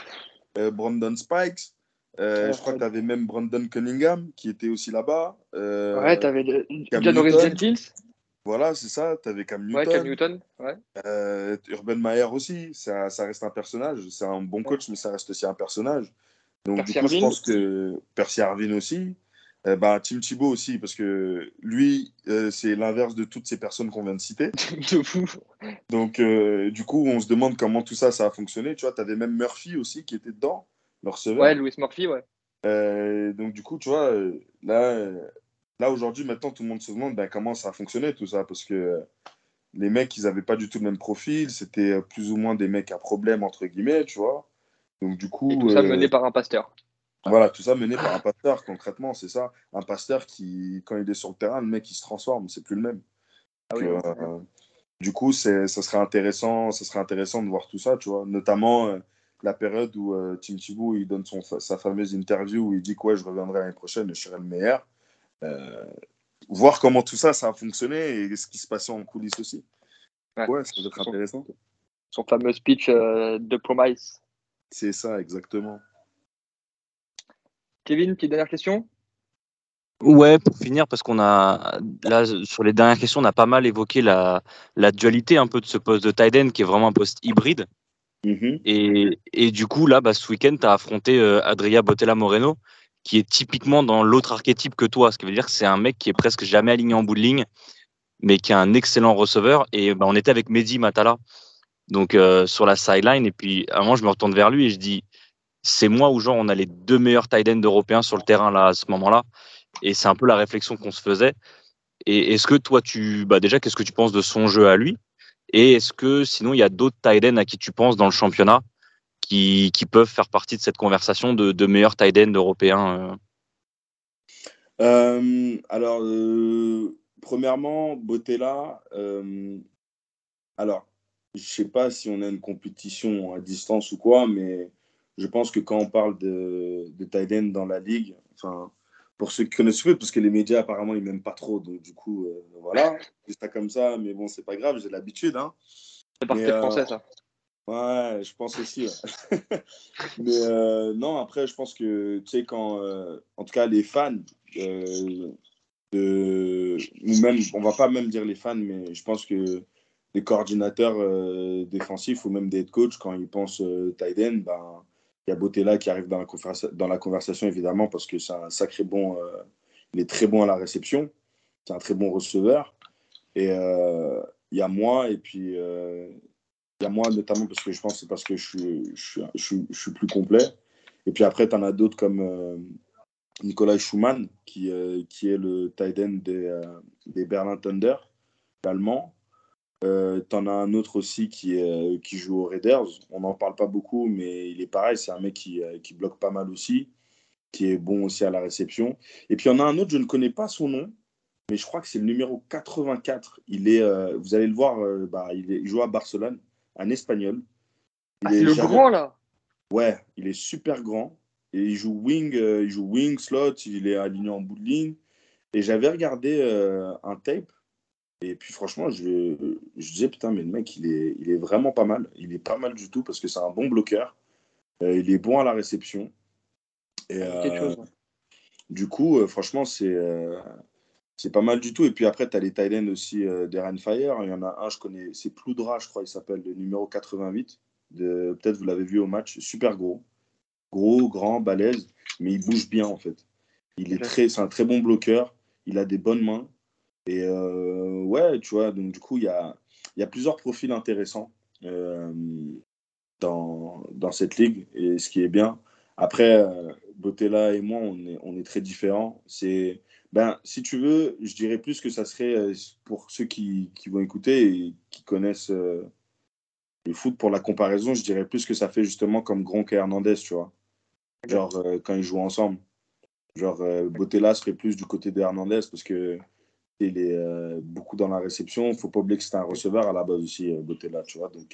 [SPEAKER 4] Brandon Spikes. Je crois que tu avais même Brandon Cunningham qui était aussi là-bas.
[SPEAKER 3] Ouais, t'avais
[SPEAKER 4] Cam
[SPEAKER 3] Janoris
[SPEAKER 4] Newton.
[SPEAKER 3] Jenkins.
[SPEAKER 4] Voilà, c'est ça. Tu avais Cam
[SPEAKER 3] Ouais, Cam
[SPEAKER 4] Newton.
[SPEAKER 3] Newton. Ouais.
[SPEAKER 4] Urban Meyer aussi. Ça reste un personnage. C'est un bon coach, mais ça reste aussi un personnage. Donc,
[SPEAKER 3] Percy
[SPEAKER 4] du coup, je
[SPEAKER 3] Harvin.
[SPEAKER 4] pense que Percy Harvin aussi. Tim Thibault aussi, parce que lui, c'est l'inverse de toutes ces personnes qu'on vient de citer.
[SPEAKER 3] De fou.
[SPEAKER 4] Donc, du coup, on se demande comment tout ça a fonctionné. Tu vois, tu avais même Murphy aussi qui était dedans, le receveur.
[SPEAKER 3] Ouais, Louis Murphy, ouais.
[SPEAKER 4] Donc, du coup, tu vois, là aujourd'hui, maintenant, tout le monde se demande comment ça a fonctionné tout ça. Parce que les mecs, ils n'avaient pas du tout le même profil. C'était plus ou moins des mecs à problème, entre guillemets, tu vois. Donc, du
[SPEAKER 3] Et
[SPEAKER 4] coup,
[SPEAKER 3] tout ça mené par un pasteur.
[SPEAKER 4] voilà, tout ça mené par un pasteur, concrètement, c'est ça. Un pasteur qui, quand il est sur le terrain, le mec, il se transforme, c'est plus le même.
[SPEAKER 3] Ah
[SPEAKER 4] Donc,
[SPEAKER 3] oui, ouais.
[SPEAKER 4] du coup, ça serait intéressant de voir tout ça, tu vois. Notamment la période où Tim Thibault, il donne sa fameuse interview où il dit que ouais, je reviendrai l'année prochaine et je serai le meilleur. Voir comment tout ça a fonctionné et ce qui se passait en coulisses aussi. Ouais, ça doit être intéressant.
[SPEAKER 3] Son fameux speech de Promise.
[SPEAKER 4] C'est ça, exactement.
[SPEAKER 3] Kevin, petite dernière question.
[SPEAKER 2] Ouais, pour finir, parce qu'on a là sur les dernières questions, on a pas mal évoqué la dualité un peu de ce poste de tight end qui est vraiment un poste hybride. Et du coup, là, ce week-end, tu as affronté Adria Botella Moreno, qui est typiquement dans l'autre archétype que toi. Ce qui veut dire que c'est un mec qui est presque jamais aligné en bout de ligne, mais qui est un excellent receveur. Et on était avec Mehdi Matala, donc sur la sideline. Et puis, à un moment, je me retourne vers lui et je dis, c'est moi ou genre on a les deux meilleurs tight ends européens sur le terrain là à ce moment-là. Et c'est un peu la réflexion qu'on se faisait. Et est-ce que toi, déjà, qu'est-ce que tu penses de son jeu à lui? Et est-ce que sinon, il y a d'autres tight ends à qui tu penses dans le championnat qui peuvent faire partie de cette conversation de meilleurs tight ends européens
[SPEAKER 4] Alors, premièrement, Botella, alors, je sais pas si on a une compétition à distance ou quoi, mais je pense que quand on parle de tight end dans la ligue, enfin, pour ceux qui connaissent le foot, parce que les médias apparemment ils m'aiment pas trop, donc du coup, voilà, c'est ça comme ça, mais bon, c'est pas grave, j'ai l'habitude, hein.
[SPEAKER 3] C'est
[SPEAKER 4] Mais
[SPEAKER 3] parfait français, ça.
[SPEAKER 4] ouais, je pense aussi. Ouais. Mais non, après, je pense que, tu sais, quand, en tout cas, les fans, ou même, on va pas même dire les fans, mais je pense que les coordinateurs défensifs ou même des head coachs, quand ils pensent tight end, il y a Botella qui arrive dans la conversation, évidemment, parce que c'est un sacré bon. Il est très bon à la réception. C'est un très bon receveur. Et il y a moi, et puis il y a moi notamment parce que je pense que c'est parce que je suis plus complet. Et puis après, tu en as d'autres comme Nicolas Schumann, qui est le tight end des Berlin Thunder, l'allemand. T'en as un autre aussi qui joue aux Raiders. On n'en parle pas beaucoup, mais il est pareil. C'est un mec qui bloque pas mal aussi, qui est bon aussi à la réception. Et puis il y en a un autre, je ne connais pas son nom, mais je crois que c'est le numéro 84. Vous allez le voir, il joue à Barcelone, un Espagnol.
[SPEAKER 3] Ah, c'est le grand, là.
[SPEAKER 4] Ouais, il est super grand. Et il joue wing, slot, il est aligné en bout de ligne. Et j'avais regardé un tape. Et puis franchement, je disais, putain, mais le mec, il est vraiment pas mal. Il est pas mal du tout parce que c'est un bon bloqueur. Il est bon à la réception. Et
[SPEAKER 3] Quelque chose.
[SPEAKER 4] du coup, franchement, c'est pas mal du tout. Et puis après, tu as les tight ends aussi d'Eren Fire. Il y en a un, je connais, c'est Ploudra, je crois, il s'appelle, le numéro 88. Peut-être vous l'avez vu au match. Super gros. Gros, grand, balèze. Mais il bouge bien, en fait. C'est un très bon bloqueur. Il a des bonnes mains. Et ouais, tu vois, donc du coup, il y a plusieurs profils intéressants euh, dans cette ligue, et ce qui est bien. Après, Botella et moi, on est très différents. Si tu veux, je dirais plus que ça serait, pour ceux qui vont écouter et qui connaissent le foot, pour la comparaison, je dirais plus que ça fait justement comme Gronk et Hernandez, tu vois. Genre, quand ils jouent ensemble. Genre, Botella serait plus du côté de Hernandez parce que il est beaucoup dans la réception. Il ne faut pas oublier que c'est un receveur à la base aussi, Botella, tu vois. Donc,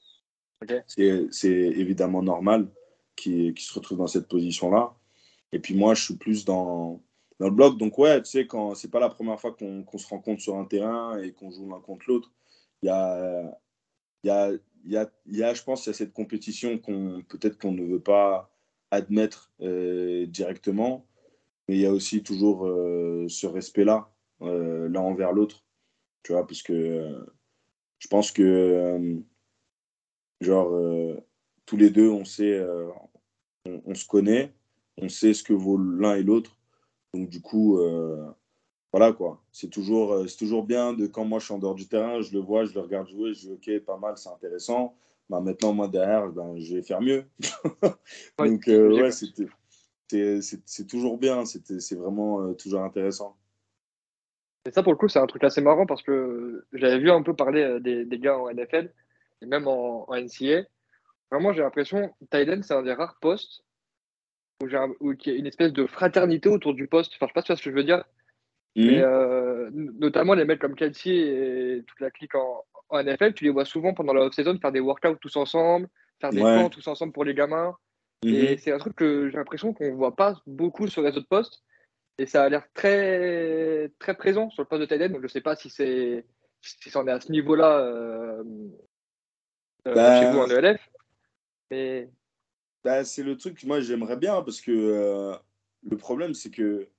[SPEAKER 4] c'est évidemment normal qu'il se retrouve dans cette position-là. Et puis moi, je suis plus dans le bloc. Donc, ouais, tu sais, quand c'est pas la première fois qu'on se rencontre sur un terrain et qu'on joue l'un contre l'autre, il y a je pense, il y a cette compétition peut-être qu'on ne veut pas admettre directement, mais il y a aussi toujours ce respect-là, l'un envers l'autre, tu vois, parce que je pense que, genre, tous les deux, on sait, on se connaît, on sait ce que vaut l'un et l'autre, donc du coup, voilà quoi. C'est toujours bien de quand moi je suis en dehors du terrain, je le vois, je le regarde jouer, je dis ok, pas mal, c'est intéressant. Bah, maintenant, moi derrière, ben, je vais faire mieux.
[SPEAKER 3] Ouais,
[SPEAKER 4] Donc, ouais, c'est toujours bien, c'est vraiment toujours intéressant.
[SPEAKER 3] et ça, pour le coup, c'est un truc assez marrant parce que j'avais vu un peu parler des gars en NFL et même en NCA. Vraiment, j'ai l'impression que tight end, c'est un des rares postes où il y a une espèce de fraternité autour du poste. Enfin, je sais pas si tu vois ce que je veux dire, mais
[SPEAKER 4] Mhm.
[SPEAKER 3] notamment les mecs comme Kelsey et toute la clique en NFL, tu les vois souvent pendant la off-season faire des workouts tous ensemble, faire des camps
[SPEAKER 4] Ouais.
[SPEAKER 3] tous ensemble pour les gamins. Et
[SPEAKER 4] Mhm.
[SPEAKER 3] c'est un truc que j'ai l'impression qu'on voit pas beaucoup sur les autres postes. Et ça a l'air très, très présent sur le poste de tight end. Donc, je sais pas si c'en est à ce niveau-là chez vous en
[SPEAKER 4] Bah,
[SPEAKER 3] ELF. Mais
[SPEAKER 4] c'est le truc que moi j'aimerais bien parce que le problème c'est que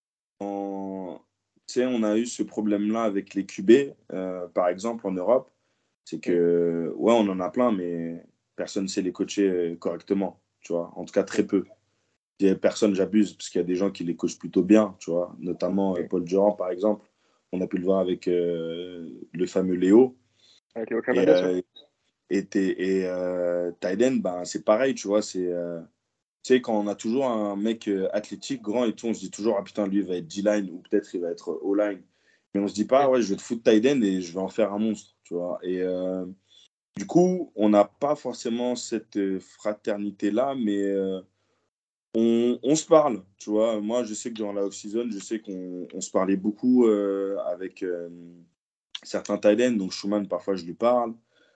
[SPEAKER 4] tu sais, on a eu ce problème-là avec les QB, par exemple en Europe. C'est que, ouais, on en a plein, mais personne ne sait les coacher correctement, tu vois. En tout cas, très peu. Il y a personne, j'abuse, parce qu'il y a des gens qui les coachent plutôt bien, tu vois. Notamment Paul Durand, par exemple. On a pu le voir avec le fameux Léo.
[SPEAKER 3] avec les
[SPEAKER 4] Et,
[SPEAKER 3] Hawks,
[SPEAKER 4] Tyden, ben, c'est pareil, tu vois. Tu sais, quand on a toujours un mec athlétique, grand et tout, on se dit toujours, ah putain, lui, il va être D-line ou peut-être il va être O-line. Mais on se dit pas, ouais, je vais te foutre Tyden et je vais en faire un monstre, tu vois. Et du coup, on n'a pas forcément cette fraternité-là, mais on se parle, tu vois. Moi, je sais que durant la off-season, je sais qu'on se parlait beaucoup avec certains tight ends. Donc, Schumann, parfois, je lui parle.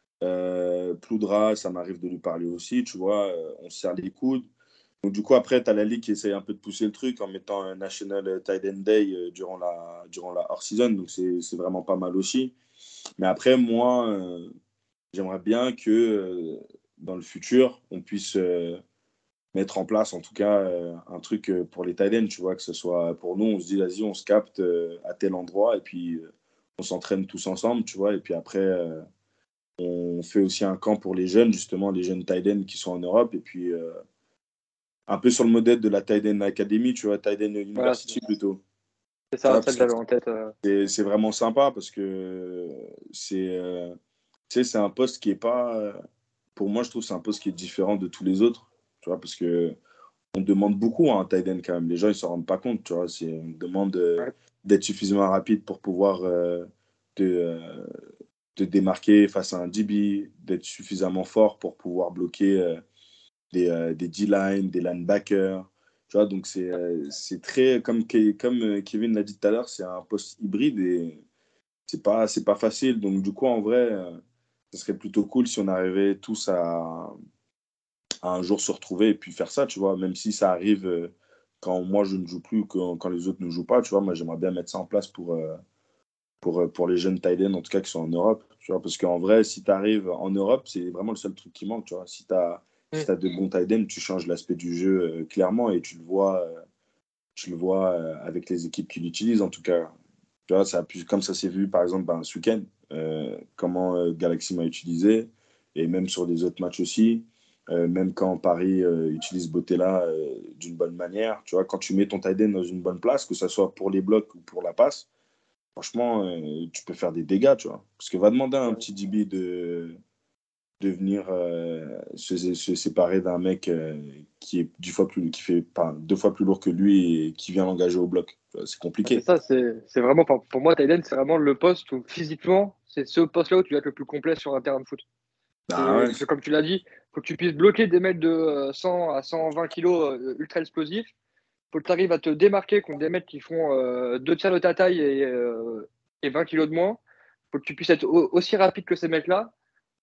[SPEAKER 4] Ploudra, ça m'arrive de lui parler aussi, tu vois. On se serre les coudes. Donc, du coup, après, tu as la ligue qui essaye un peu de pousser le truc en mettant un National Tight End Day durant la hors-season. Donc, c'est vraiment pas mal aussi. Mais après, moi, j'aimerais bien que dans le futur, on puisse mettre en place en tout cas un truc pour les tight ends, tu vois, que ce soit pour nous, on se dit, vas-y, on se capte à tel endroit et puis on s'entraîne tous ensemble, tu vois, et puis après, on fait aussi un camp pour les jeunes, justement, les jeunes tight ends qui sont en Europe, et puis un peu sur le modèle de la Tight End Academy, tu vois, Tight End
[SPEAKER 3] voilà,
[SPEAKER 4] University plutôt.
[SPEAKER 3] c'est
[SPEAKER 4] Tu
[SPEAKER 3] ça,
[SPEAKER 4] vois,
[SPEAKER 3] ça
[SPEAKER 4] parce
[SPEAKER 3] que
[SPEAKER 4] que
[SPEAKER 3] j'avais en tête.
[SPEAKER 4] c'est vraiment sympa parce que tu sais, c'est un poste qui est pas. Pour moi, je trouve que c'est un poste qui est différent de tous les autres. Tu vois, parce que on demande beaucoup à un tight end quand même. Les gens, ils s'en rendent pas compte. Tu vois, on demande
[SPEAKER 3] Ouais.
[SPEAKER 4] d'être suffisamment rapide pour pouvoir te, euh, te démarquer face à un DB, d'être suffisamment fort pour pouvoir bloquer des D-line, des linebackers. Tu vois, donc c'est très, comme Kevin l'a dit tout à l'heure, c'est un poste hybride et c'est pas facile. Donc, du coup, en vrai, ce serait plutôt cool si on arrivait tous à un jour se retrouver et puis faire ça, tu vois, même si ça arrive quand moi je ne joue plus, quand les autres ne jouent pas, tu vois, moi j'aimerais bien mettre ça en place pour les jeunes tight ends, en tout cas qui sont en Europe, tu vois, parce qu'en vrai, si tu arrives en Europe, c'est vraiment le seul truc qui manque, tu vois, si
[SPEAKER 3] Mm.
[SPEAKER 4] t'as de bons tight ends, tu changes l'aspect du jeu clairement et tu le vois avec les équipes qui l'utilisent, en tout cas, tu vois, comme ça s'est vu par exemple ben, ce week-end, comment Galaxy m'a utilisé, et même sur des autres matchs aussi. Même quand Paris utilise Botella d'une bonne manière, tu vois, quand tu mets ton tight end dans une bonne place, que ce soit pour les blocs ou pour la passe, franchement, tu peux faire des dégâts, tu vois. Parce que va demander à un petit DB de venir se séparer d'un mec qui est qui fait pas, deux fois plus lourd que lui et qui vient l'engager au bloc. Tu vois, c'est
[SPEAKER 3] C'est
[SPEAKER 4] compliqué.
[SPEAKER 3] ça, c'est vraiment, pour moi, tight end, c'est vraiment le poste où physiquement, c'est ce poste-là où tu vas être le plus complet sur un terrain de foot.
[SPEAKER 4] Ah ouais.
[SPEAKER 3] Parce que comme tu l'as dit, faut que tu puisses bloquer des mecs de 100 à 120 kilos ultra explosifs. Faut que tu arrives à te démarquer contre des mecs qui font deux tiers de ta taille et 20 kilos de moins. Faut que tu puisses être aussi rapide que ces mecs-là.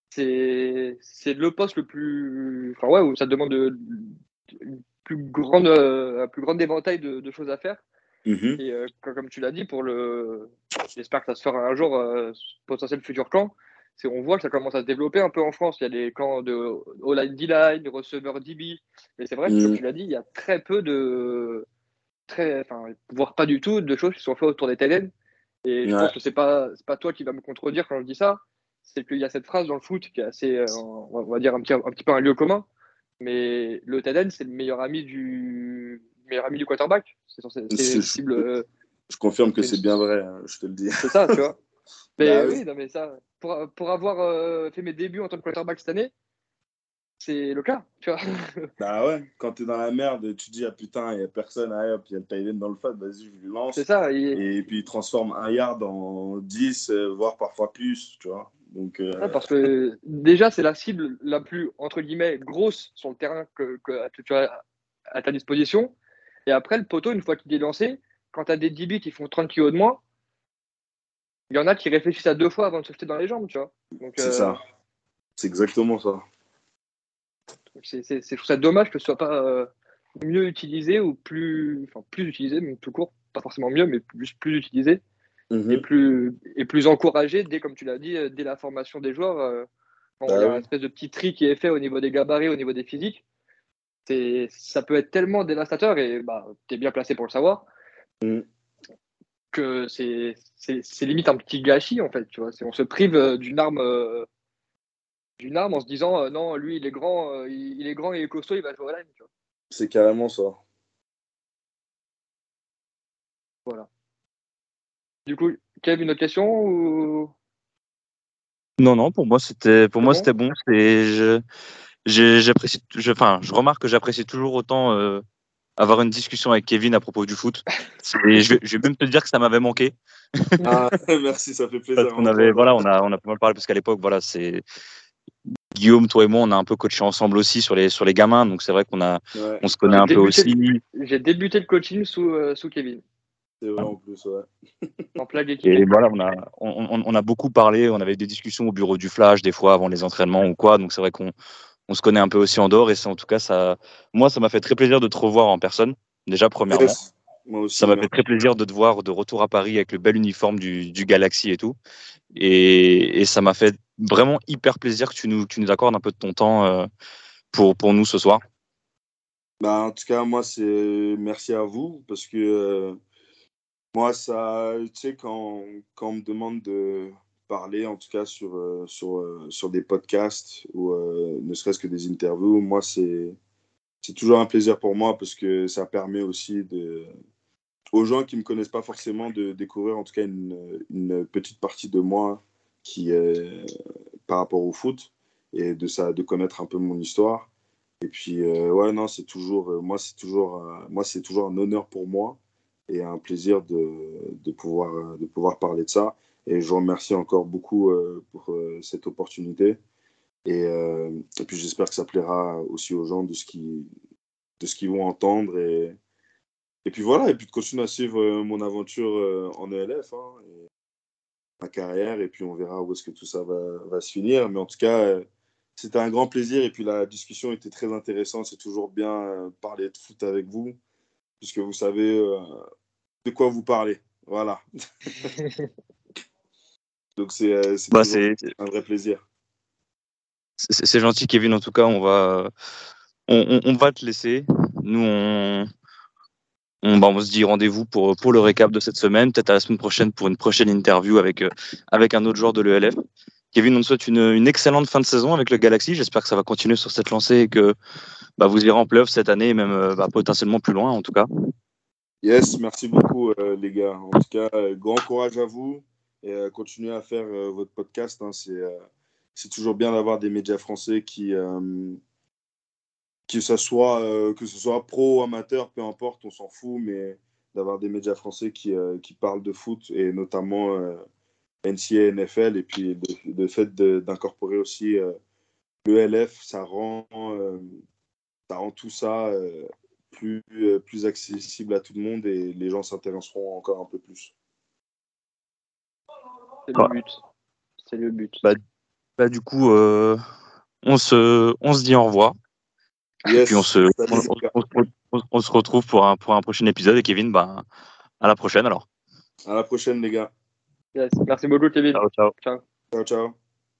[SPEAKER 3] C'est le poste le plus. Enfin, ouais, où ça te demande un plus grand éventail de choses à faire.
[SPEAKER 4] Mhm.
[SPEAKER 3] Et comme tu l'as dit, j'espère que ça se fera un jour, potentiel futur camp. on voit que ça commence à se développer un peu en France. Il y a des camps de O-line, D-line, de receveurs DB. Mais c'est vrai que, comme tu l'as dit, il y a très peu voire pas du tout, de choses qui sont faites autour des TDN. Et je pense que c'est pas toi qui vas me contredire quand je dis ça. C'est qu'il y a cette phrase dans le foot qui est assez, on va dire, un petit peu un lieu commun. Mais le TDN, c'est le meilleur ami du quarterback.
[SPEAKER 4] Je confirme que c'est bien vrai, hein, je te le dis.
[SPEAKER 3] C'est ça, tu vois. Mais
[SPEAKER 4] Bah
[SPEAKER 3] oui, non, mais ça, pour avoir fait mes débuts en tant que quarterback cette année, c'est le cas, tu vois.
[SPEAKER 4] Bah ouais, quand t'es dans la merde, tu te dis, ah putain, il n'y a personne, ah hop, il y a le tight end dans le fat, vas-y, je lui lance.
[SPEAKER 3] C'est ça.
[SPEAKER 4] Et puis il transforme 1 yard en 10, voire parfois plus, tu vois. Donc,
[SPEAKER 3] Parce que déjà, c'est la cible la plus, entre guillemets, grosse sur le terrain que tu as à ta disposition. Et après, le poteau, une fois qu'il est lancé, quand tu as des DB qui font 30 kilos de moins, il y en a qui réfléchissent à 2 fois avant de se jeter dans les jambes, tu vois. Donc,
[SPEAKER 4] c'est ça. C'est exactement ça.
[SPEAKER 3] Je trouve ça dommage que ce soit pas mieux utilisé ou plus utilisé, mais tout court, pas forcément mieux, mais plus utilisé et plus encouragé comme tu l'as dit, dès la formation des joueurs. Quand il y a une espèce de petit tri qui est fait au niveau des gabarits, au niveau des physiques, ça peut être tellement dévastateur et tu es bien placé pour le savoir que c'est limite un petit gâchis en fait. Tu vois, on se prive d'une arme en se disant non, lui il est grand, il est grand, il est costaud, il va jouer à la line. Tu vois.
[SPEAKER 4] C'est carrément ça.
[SPEAKER 3] Voilà. Du coup, Kev, une autre question ou...
[SPEAKER 2] Non, pour moi c'était bon. Je remarque que j'apprécie toujours autant avoir une discussion avec Kevin à propos du foot. Et je vais même te dire que ça m'avait manqué.
[SPEAKER 4] Ah, merci, ça fait plaisir.
[SPEAKER 2] Parce qu'on avait, voilà, on a pas mal parlé parce qu'à l'époque, voilà, c'est Guillaume, toi et moi, on a un peu coaché ensemble aussi sur les gamins, donc c'est vrai on se connaît un peu aussi.
[SPEAKER 3] J'ai débuté le coaching sous Kevin.
[SPEAKER 4] C'est vrai en plus, ouais.
[SPEAKER 3] En plaque équipe.
[SPEAKER 2] Et voilà, on a beaucoup parlé, on avait des discussions au bureau du Flash des fois avant les entraînements ou quoi, donc c'est vrai qu'on se connaît un peu aussi en dehors et c'est en tout cas moi ça m'a fait très plaisir de te revoir en personne, déjà premièrement.
[SPEAKER 4] Yes. Moi aussi,
[SPEAKER 2] ça m'a fait très plaisir de te voir de retour à Paris avec le bel uniforme du Galaxy et tout. Et ça m'a fait vraiment hyper plaisir que tu nous accordes un peu de ton temps pour nous ce soir.
[SPEAKER 4] En tout cas, moi, c'est merci à vous parce que moi, ça, tu sais, quand on me demande de parler, en tout cas sur des podcasts ou ne serait-ce que des interviews, moi, c'est toujours un plaisir pour moi parce que ça permet aussi aux gens qui ne me connaissent pas forcément de découvrir en tout cas une petite partie de moi qui par rapport au foot et de connaître un peu mon histoire. Et puis ouais, non, c'est toujours c'est toujours un honneur pour moi et un plaisir de pouvoir parler de ça. Et je vous remercie encore beaucoup pour cette opportunité. Et puis j'espère que ça plaira aussi aux gens de ce qu'ils vont entendre. Et puis voilà, et puis de continuer à suivre mon aventure en ELF, et ma carrière, et puis on verra où est-ce que tout ça va se finir. Mais en tout cas, c'était un grand plaisir, et puis la discussion était très intéressante. C'est toujours bien parler de foot avec vous, puisque vous savez de quoi vous parlez. Voilà. Donc c'est un vrai plaisir.
[SPEAKER 2] C'est gentil, Kevin. En tout cas, on va te laisser. Nous, on se dit rendez-vous pour le récap de cette semaine, peut-être à la semaine prochaine pour une prochaine interview avec un autre joueur de l'ELF. Kevin, on te souhaite une excellente fin de saison avec le Galaxy. J'espère que ça va continuer sur cette lancée et que vous irez en playoff cette année et même potentiellement plus loin en tout cas.
[SPEAKER 4] Yes, merci beaucoup les gars. En tout cas, grand courage à vous et continuez à faire votre podcast. C'est toujours bien d'avoir des médias français que ce soit pro ou amateur, peu importe, on s'en fout, mais d'avoir des médias français qui parlent de foot et notamment NCAA, NFL, et puis le fait d'incorporer aussi le LF, ça rend tout ça plus accessible à tout le monde et les gens s'intéresseront encore un peu plus.
[SPEAKER 3] C'est le but. C'est le but.
[SPEAKER 2] Du coup, on se dit au revoir.
[SPEAKER 4] Yes.
[SPEAKER 2] Et puis on se retrouve pour un prochain épisode. Et Kevin, à la prochaine alors.
[SPEAKER 4] À la prochaine les gars.
[SPEAKER 3] Yes. Merci beaucoup Kevin.
[SPEAKER 2] Ciao.
[SPEAKER 4] Ciao.